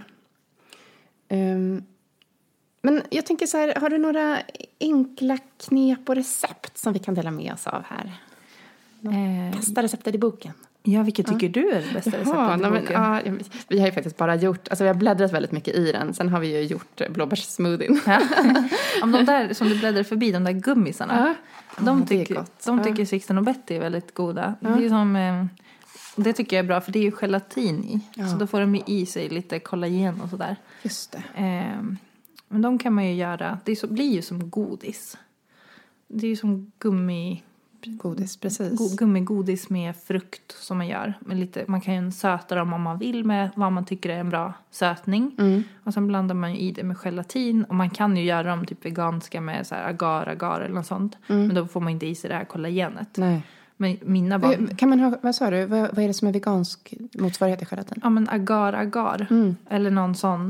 Men jag tänker så här, har du några enkla knep och recept som vi kan dela med oss av här? Bästa receptet i boken. Ja, vilket tycker du är det bästa receptet i boken? Vi har ju faktiskt bara gjort, alltså vi har bläddrat väldigt mycket i den. Sen har vi ju gjort blåbärssmoothien. Om de där som du bläddrar förbi, de där gummisarna. De tycker Sixten och Betty är väldigt goda. Det är som... Det tycker jag är bra, för det är ju gelatin i. Så då får de i sig lite kollagen och sådär. Just det. Men de kan man ju göra. Blir ju som godis. Det är ju som Godis, precis. Gummigodis med frukt som man gör. Man kan ju söta dem om man vill med vad man tycker är en bra sötning. Och sen blandar man ju i det med gelatin. Och man kan ju göra dem typ veganska med så här agar eller något sånt. Men då får man inte i sig det här kollagenet. Nej. Men mina barn... Kan man ha, vad sa du? Vad är det som är vegansk motsvarighet till gelatin? Ja, men agar. Eller någon sån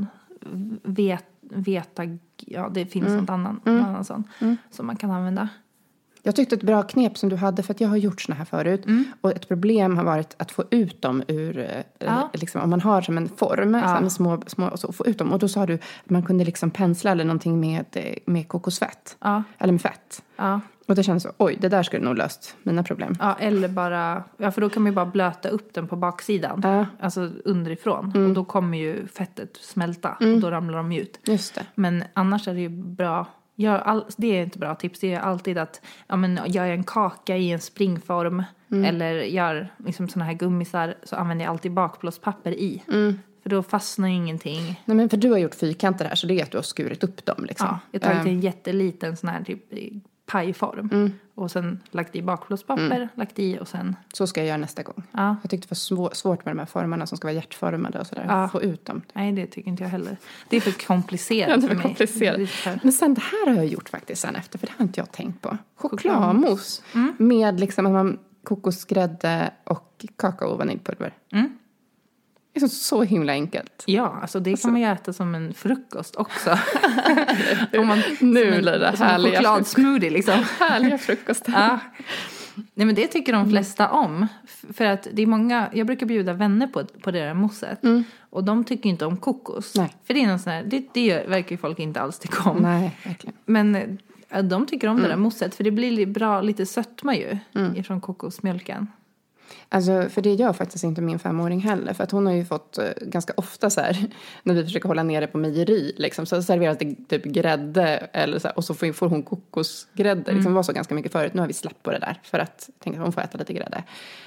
veta... Ja, det finns något annan sån som man kan använda. Jag tyckte ett bra knep som du hade, för att jag har gjort såna här förut. Och ett problem har varit att få ut dem ur, liksom, om man har som en form, med små och så, få ut dem. Och då sa du att man kunde liksom pensla eller någonting med kokosfett. Eller med fett. Och det kändes så, oj, det där skulle nog löst mina problem. Ja, eller bara, för då kan man ju bara blöta upp den på baksidan. Alltså underifrån. Och då kommer ju fettet smälta. Och då ramlar de ut. Just det. Men annars är det ju bra. Det är inte bra tips. Det är alltid att gör jag en kaka i en springform. Eller gör liksom såna här gummisar. Så använder jag alltid bakplåtspapper i. För då fastnar ju ingenting. Nej, men för du har gjort fyrkanter här. Så det är att du har skurit upp dem liksom. Ja, jag har tagit en jätteliten sån här typ pajform. Och sen lagt i bakplåtspapper. Lagt i och sen... Så ska jag göra nästa gång. Jag tyckte det var svårt med de här formerna som ska vara hjärtformade och sådär. Få ut dem. Nej, det tycker inte jag heller. Det är för komplicerat för mig. Komplicerat. Men sen det här har jag gjort faktiskt sen efter. För det har inte jag tänkt på. Chokladmousse. Med liksom kokosgrädde och kakao och vaniljpulver. Det är så himla enkelt. Ja, alltså det kan man ju äta som en frukost också. Om man nu blir det härliga chokladsmoothie liksom. Härliga frukosten. Ja. Nej, men det tycker de flesta om. För att det är många, jag brukar bjuda vänner på det där mousset. Och de tycker inte om kokos. Nej. För det är någon sån här, det verkar ju folk inte alls tycka om. Nej, verkligen. Men de tycker om det där mousset. För det blir bra, lite sötma ju ifrån kokosmjölken. Alltså, för det gör faktiskt inte min 5-åring heller. För att hon har ju fått ganska ofta så här, när vi försöker hålla nere på mejeri, liksom, så serveras det typ grädde eller så här, och så får hon kokosgrädde. Liksom, det var så ganska mycket förut. Nu har vi släppt på det där för att tänka att hon får äta lite grädde.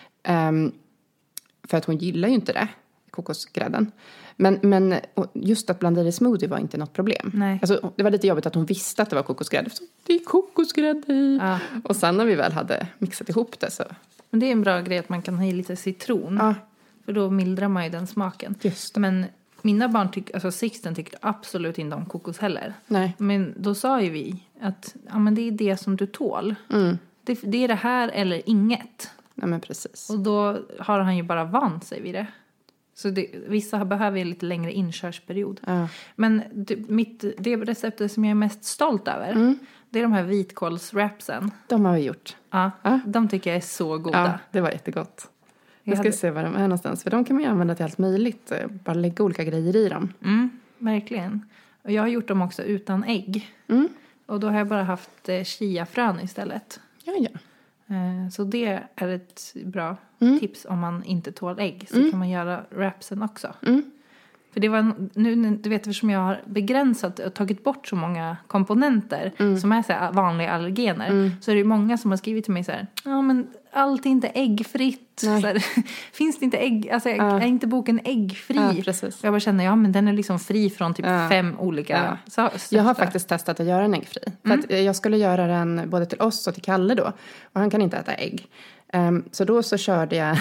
För att hon gillar ju inte det, kokosgrädden. Men just att blanda i smoothie var inte något problem. Nej. Alltså, det var lite jobbigt att hon visste att det var kokosgrädde. Så det är kokosgrädde i. Ja. Och sen när vi väl hade mixat ihop det så... Men det är en bra grej att man kan ha i lite citron. Ja. För då mildrar man ju den smaken. Just. Men mina barn alltså Sixten tycker absolut inte om kokos heller. Nej. Men då sa ju vi att men det är det som du tål. Det är det här eller inget. Ja, men precis. Och då har han ju bara vant sig vid det. Så vissa behöver lite längre inkörsperiod. Ja. Men det receptet som jag är mest stolt över... Det är de här vitkålswrapsen. De har vi gjort. Ja, de tycker jag är så goda. Ja, det var jättegott. Jag ska se var de är någonstans. För de kan man ju använda till allt möjligt. Bara lägga olika grejer i dem. Verkligen. Och jag har gjort dem också utan ägg. Och då har jag bara haft chiafrön istället. Ja. Så det är ett bra tips om man inte tål ägg. Så kan man göra wrapsen också. För det var nu, du vet, eftersom jag har begränsat och tagit bort så många komponenter som är så här vanliga allergener, så är det ju många som har skrivit till mig så här: ja, men allt är inte äggfritt. Så här, finns det inte ägg, alltså är inte boken äggfri? Ja, precis. Och jag bara känner, men den är liksom fri från typ 5 olika. Jag har faktiskt testat att göra den äggfri. För att jag skulle göra den både till oss och till Kalle då. Och han kan inte äta ägg. Så då så körde jag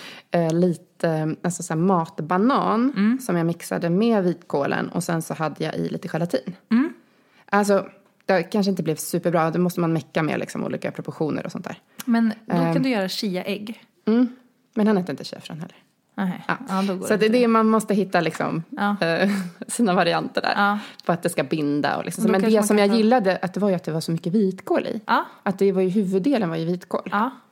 lite alltså så här matbanan som jag mixade med vitkålen. Och sen så hade jag i lite gelatin. Alltså det kanske inte blev superbra. Det måste man mecka med liksom olika proportioner och sånt där. Men då kan du göra chia-ägg. Men han äter inte chiafrön heller. Då går så det är det man måste hitta liksom, sina varianter där. För att det ska binda. Och liksom. Men det som jag gillade att det var ju att det var så mycket vitkål i. Att det var ju huvuddelen var ju vitkål.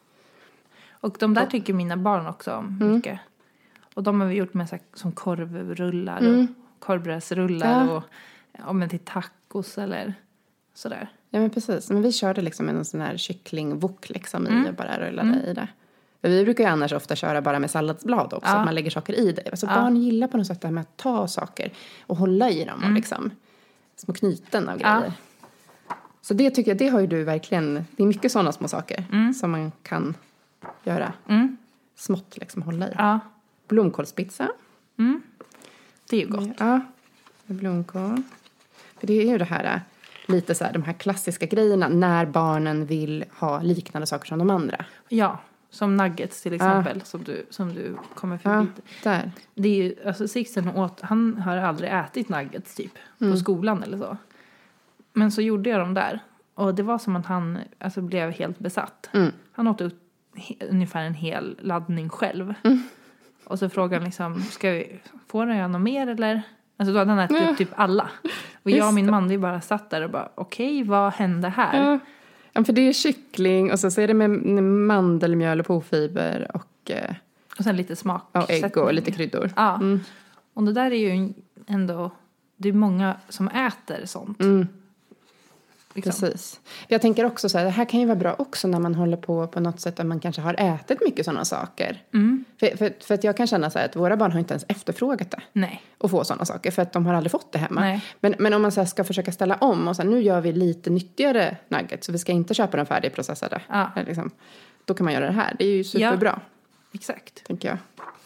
Och de där tycker mina barn också om mycket. Och de har vi gjort med så här, som korvrullar och korvbrödsrullar och men till tacos eller sådär. Ja, men precis. Men vi körde liksom en sån här kycklingwok liksom i och bara rullade i det. Vi brukar ju annars ofta köra bara med salladsblad också. Att man lägger saker i det. Alltså barn gillar på något sätt det här med att ta saker och hålla i dem. Och liksom små knyten av grejer. Så det tycker jag, det har ju du verkligen. Det är mycket sådana små saker som man kan göra. Smått liksom hålla i. Blomkålspizza. Det är ju gott. Ja, blomkål. För det är ju det här, lite så här, de här klassiska grejerna när barnen vill ha liknande saker som de andra. Ja, som nuggets till exempel, som du kommer förbi. Där. Det är ju, alltså Sixten han har aldrig ätit nuggets typ på skolan eller så. Men så gjorde jag dem där. Och det var som att han blev helt besatt. Han åt upp ungefär en hel laddning själv. Och så frågade han liksom, får jag något mer eller? Alltså då hade han ätit upp typ alla. Och jag och min man, vi bara satt där och bara, okej, vad hände här? Ja, för det är kyckling och så är det med mandelmjöl och påfiber och sen lite smak. Och ägg och lite kryddor. Ja, och det där är ju ändå, det är många som äter sånt. Liksom. Precis. Jag tänker också så här, det här kan ju vara bra också när man håller på något sätt där man kanske har ätit mycket sådana saker. För att jag kan känna så här att våra barn har inte ens efterfrågat det. Nej. Och få sådana saker för att de har aldrig fått det hemma. Nej. Men om man så här ska försöka ställa om och så här, nu gör vi lite nyttigare nuggets så vi ska inte köpa den färdigprocessade. Ja. Liksom, då kan man göra det här. Det är ju superbra. Ja, exakt. Tänker jag.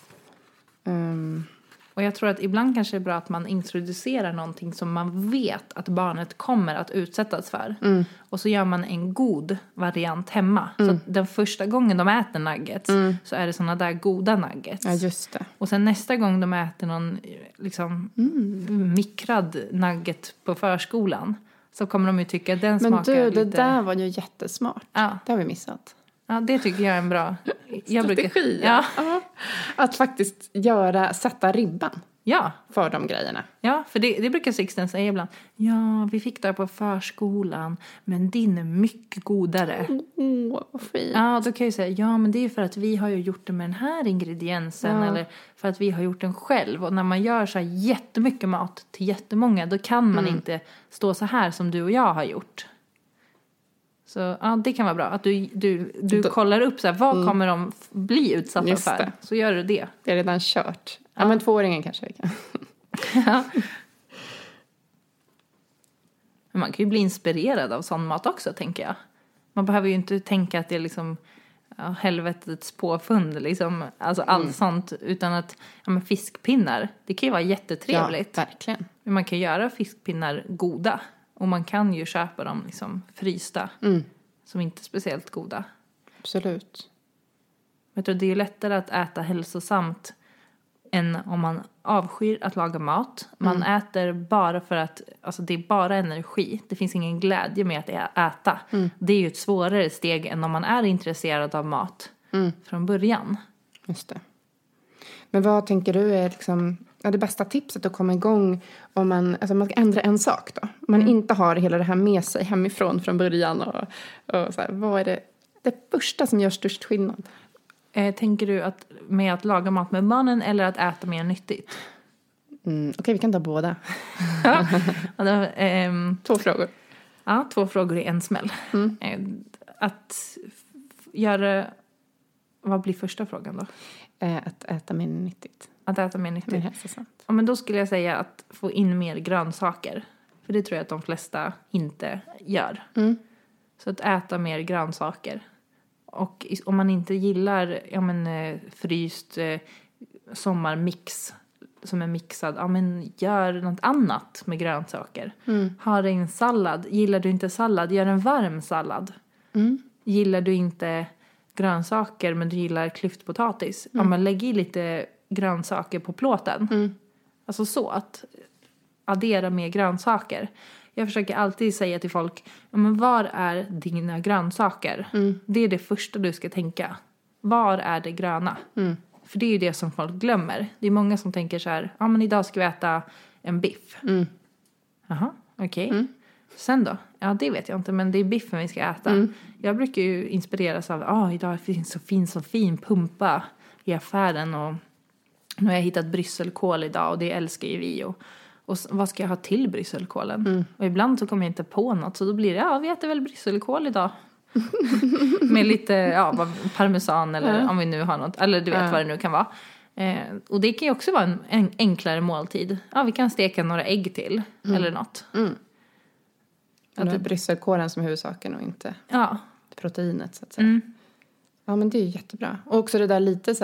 Och jag tror att ibland kanske det är bra att man introducerar någonting som man vet att barnet kommer att utsättas för. Och så gör man en god variant hemma. Så att den första gången de äter nuggets så är det såna där goda nuggets. Ja, just det. Och sen nästa gång de äter någon liksom mikrad nugget på förskolan så kommer de ju tycka att den smakar lite... Men du, det där var ju jättesmart. Ja. Det har vi missat. Ja, det tycker jag är en bra strategi. Ja. Att faktiskt sätta ribban för de grejerna. Ja, för det brukar Sixten säga ibland. Ja, vi fick det på förskolan, men din är mycket godare. Vad fint. Ja, då kan jag säga, ja men det är för att vi har ju gjort det med den här ingrediensen eller för att vi har gjort den själv. Och när man gör så här jättemycket mat till jättemånga, då kan man inte stå så här som du och jag har gjort. Så ja, det kan vara bra att du kollar upp så här, vad kommer de bli utsatta för. Så gör du det. Det är redan kört. Ja, men 2-åringen kanske vi kan. Ja. Men man kan ju bli inspirerad av sån mat också, tänker jag. Man behöver ju inte tänka att det är liksom helvetets påfund liksom, alltså allt sånt, utan att fiskpinnar, det kan ju vara jättetrevligt. Ja, verkligen. Men man kan göra fiskpinnar goda. Och man kan ju köpa dem liksom frysta. Som inte är speciellt goda. Absolut. Jag tror det är lättare att äta hälsosamt än om man avskyr att laga mat. Man äter bara för att, alltså det är bara energi. Det finns ingen glädje med att äta. Det är ju ett svårare steg än om man är intresserad av mat från början. Just det. Men vad tänker du är liksom, det bästa tipset att komma igång om man ska ändra en sak då? Om man inte har hela det här med sig hemifrån från början och så här, vad är det första som gör störst skillnad? Tänker du med att laga mat med barnen eller att äta mer nyttigt? Okej, vi kan ta båda. 2 frågor. Ja, 2 frågor i en smäll. Att göra... Vad blir första frågan då? Att äta mer nyttigt. Att äta mer nyttigt. Mer hälsosamt. Ja, men då skulle jag säga att få in mer grönsaker. För det tror jag att de flesta inte gör. Så att äta mer grönsaker. Och om man inte gillar fryst sommarmix som är mixad, gör något annat med grönsaker. Ha det i en sallad. Gillar du inte sallad, gör en varm sallad. Gillar du inte grönsaker men du gillar klyftpotatis, lägg i lite grönsaker på plåten. Alltså så att addera mer grönsaker. Jag försöker alltid säga till folk, men var är dina grönsaker? Det är det första du ska tänka. Var är det gröna? För det är ju det som folk glömmer. Det är många som tänker så här, men idag ska vi äta en biff. Jaha, okej. Sen då? Ja, det vet jag inte, men det är biffen vi ska äta. Jag brukar ju inspireras av, idag finns så fin pumpa i affären och nu har jag hittat brysselkål idag och det älskar ju vi och vad ska jag ha till brysselkålen? Och ibland så kommer jag inte på något, så då blir det, vi äter väl brysselkål idag. Med lite, parmesan eller om vi nu har något, eller du vet vad det nu kan vara. Och det kan ju också vara en enklare måltid. Vi kan steka några ägg till eller något. Att det är brysselkålen som är huvudsaken och inte proteinet så att säga. Ja, men det är ju jättebra. Och också det där lite så här,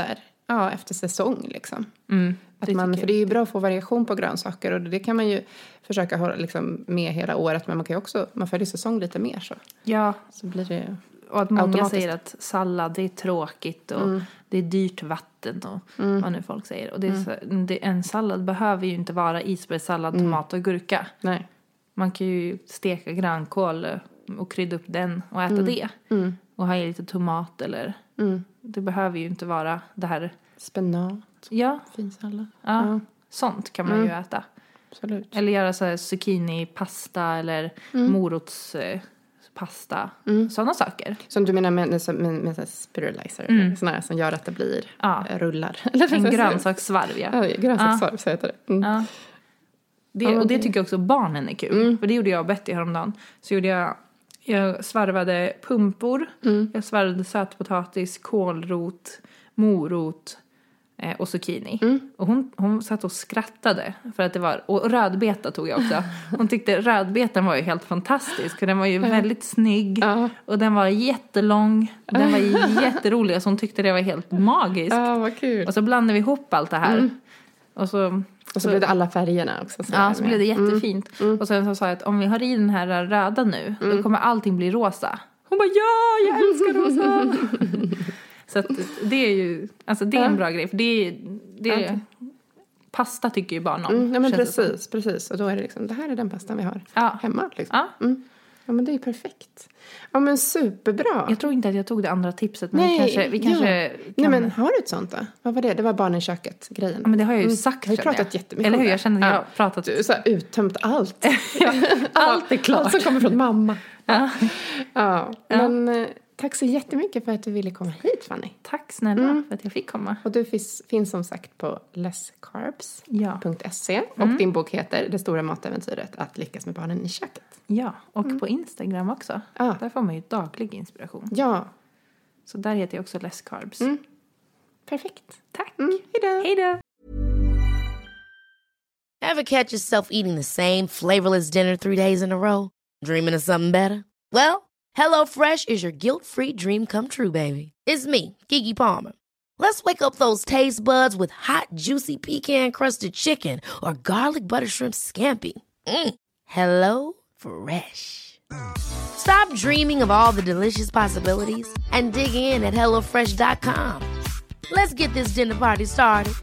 efter säsong liksom. Det För det är ju bra att få variation på grönsaker. Och det kan man ju försöka ha liksom med hela året. Men man kan ju också, man följer säsong lite mer så. Ja. Så blir det och att många säger att sallad, det är tråkigt och det är dyrt vatten och vad nu folk säger. Och en sallad behöver ju inte vara isbergssallad, tomat och gurka. Nej. Man kan ju steka grönkål och krydda upp den och äta det. Och ha i lite tomat eller... Det behöver ju inte vara det här... Spenat. Ja. Fin sallad. Ja. Sånt kan man ju äta. Absolut. Eller göra så här zucchini-pasta eller morotspasta. Sådana saker. Som du menar med spiralizer. Sådana här som gör att det blir rullar. En grönsakssvarv, ja. Grönsakssvarv, så heter det. Och det tycker också barnen är kul. För det gjorde jag och Betty häromdagen. Så gjorde jag svarvade pumpor. Jag svarvade sötpotatis, kålrot, morot och zucchini. Och hon satt och skrattade för att det var, och rödbeta tog jag också. Hon tyckte rödbetan var ju helt fantastisk, för den var ju väldigt snygg och den var jättelång, den var jätterolig, så hon tyckte det var helt magiskt. Vad kul. Och så blandade vi ihop allt det här. Och så blev det alla färgerna också. Så blev det jättefint. Och sen så sa jag att om vi har i den här röda nu, då kommer allting bli rosa. Hon bara, ja, jag älskar rosa. Så att det är ju, alltså det är en bra grej. För det är pasta tycker ju barn om. Ja, men precis. Och då är det liksom, det här är den pastan vi har hemma. Liksom. Ja, men det är perfekt. Ja, men superbra. Jag tror inte att jag tog det andra tipset. Men vi kanske kan... Nej, men har du ett sånt då? Vad var det? Det var barnen i köket-grejen. Ja, men det har jag ju sagt. Jag har ju pratat jättemycket. Eller hur? Jag känner att jag har pratat... Du har så här uttömt allt. Allt är klart. Allt som kommer från mamma. Men... Tack så jättemycket för att du ville komma hit, Fanny. Tack snälla för att jag fick komma. Och du finns som sagt på lesscarbs.se. Och din bok heter Det stora matäventyret, att lyckas med barnen i köket. Ja, och på Instagram också. Där får man ju daglig inspiration. Ja. Så där heter jag också Less Carbs. Perfekt. Tack. Hej då. Ever catch yourself eating the same flavorless dinner 3 days in a row? Dreaming of something better? Well, HelloFresh is your guilt-free dream come true, baby. It's me, Keke Palmer. Let's wake up those taste buds with hot, juicy pecan-crusted chicken or garlic butter shrimp scampi. Hello Fresh. Stop dreaming of all the delicious possibilities and dig in at HelloFresh.com. Let's get this dinner party started.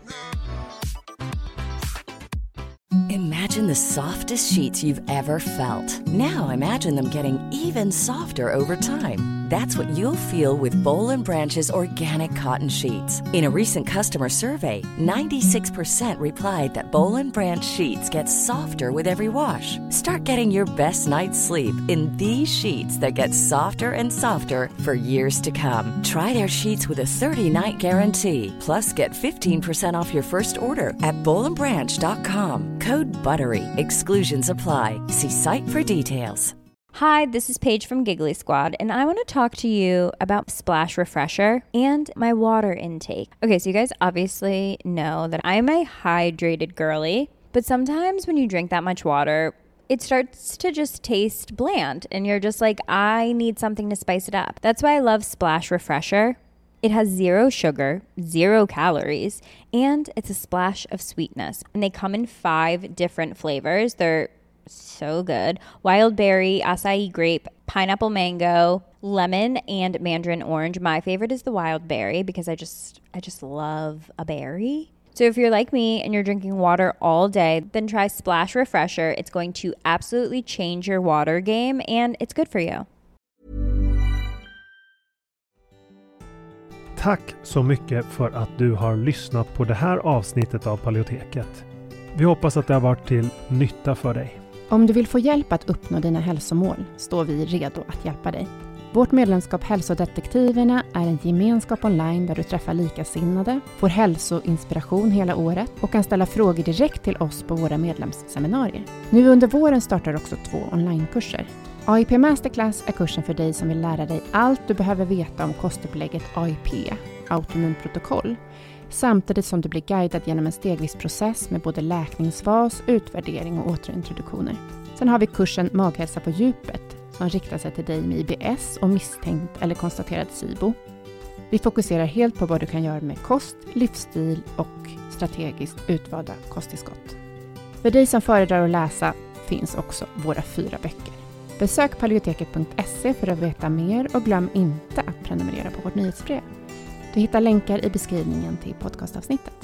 Imagine the softest sheets you've ever felt. Now imagine them getting even softer over time. That's what you'll feel with Boll & Branch's organic cotton sheets. In a recent customer survey, 96% replied that Boll & Branch sheets get softer with every wash. Start getting your best night's sleep in these sheets that get softer and softer for years to come. Try their sheets with a 30-night guarantee. Plus, get 15% off your first order at bollandbranch.com. Code BUTTERY. Exclusions apply. See site for details. Hi, this is Paige from Giggly Squad, and I want to talk to you about Splash Refresher and my water intake. Okay, so you guys obviously know that I'm a hydrated girly, but sometimes when you drink that much water, it starts to just taste bland, and you're just like, I need something to spice it up. That's why I love Splash Refresher. It has 0 sugar, 0 calories, and it's a splash of sweetness. And they come in 5 different flavors. They're so good. Wild berry, acai grape, pineapple mango, lemon, and mandarin orange. My favorite is the wild berry because I just love a berry. So if you're like me and you're drinking water all day, then try Splash Refresher. It's going to absolutely change your water game, and it's good for you. Tack så mycket för att du har lyssnat på det här avsnittet av Paleoteket. Vi hoppas att det har varit till nytta för dig. Om du vill få hjälp att uppnå dina hälsomål står vi redo att hjälpa dig. Vårt medlemskap Hälsodetektiverna är en gemenskap online där du träffar likasinnade, får hälsoinspiration hela året och kan ställa frågor direkt till oss på våra medlemsseminarier. Nu under våren startar också 2 onlinekurser. AIP Masterclass är kursen för dig som vill lära dig allt du behöver veta om kostupplägget AIP, autonomt protokoll, samtidigt som du blir guidad genom en stegvis process med både läkningsfas, utvärdering och återintroduktioner. Sen har vi kursen Maghälsa på djupet som riktar sig till dig med IBS och misstänkt eller konstaterad SIBO. Vi fokuserar helt på vad du kan göra med kost, livsstil och strategiskt utvalda kosttillskott. För dig som föredrar att läsa finns också våra 4 böcker. Besök paleoteket.se för att veta mer och glöm inte att prenumerera på vårt nyhetsbrev. Du hittar länkar i beskrivningen till podcastavsnittet.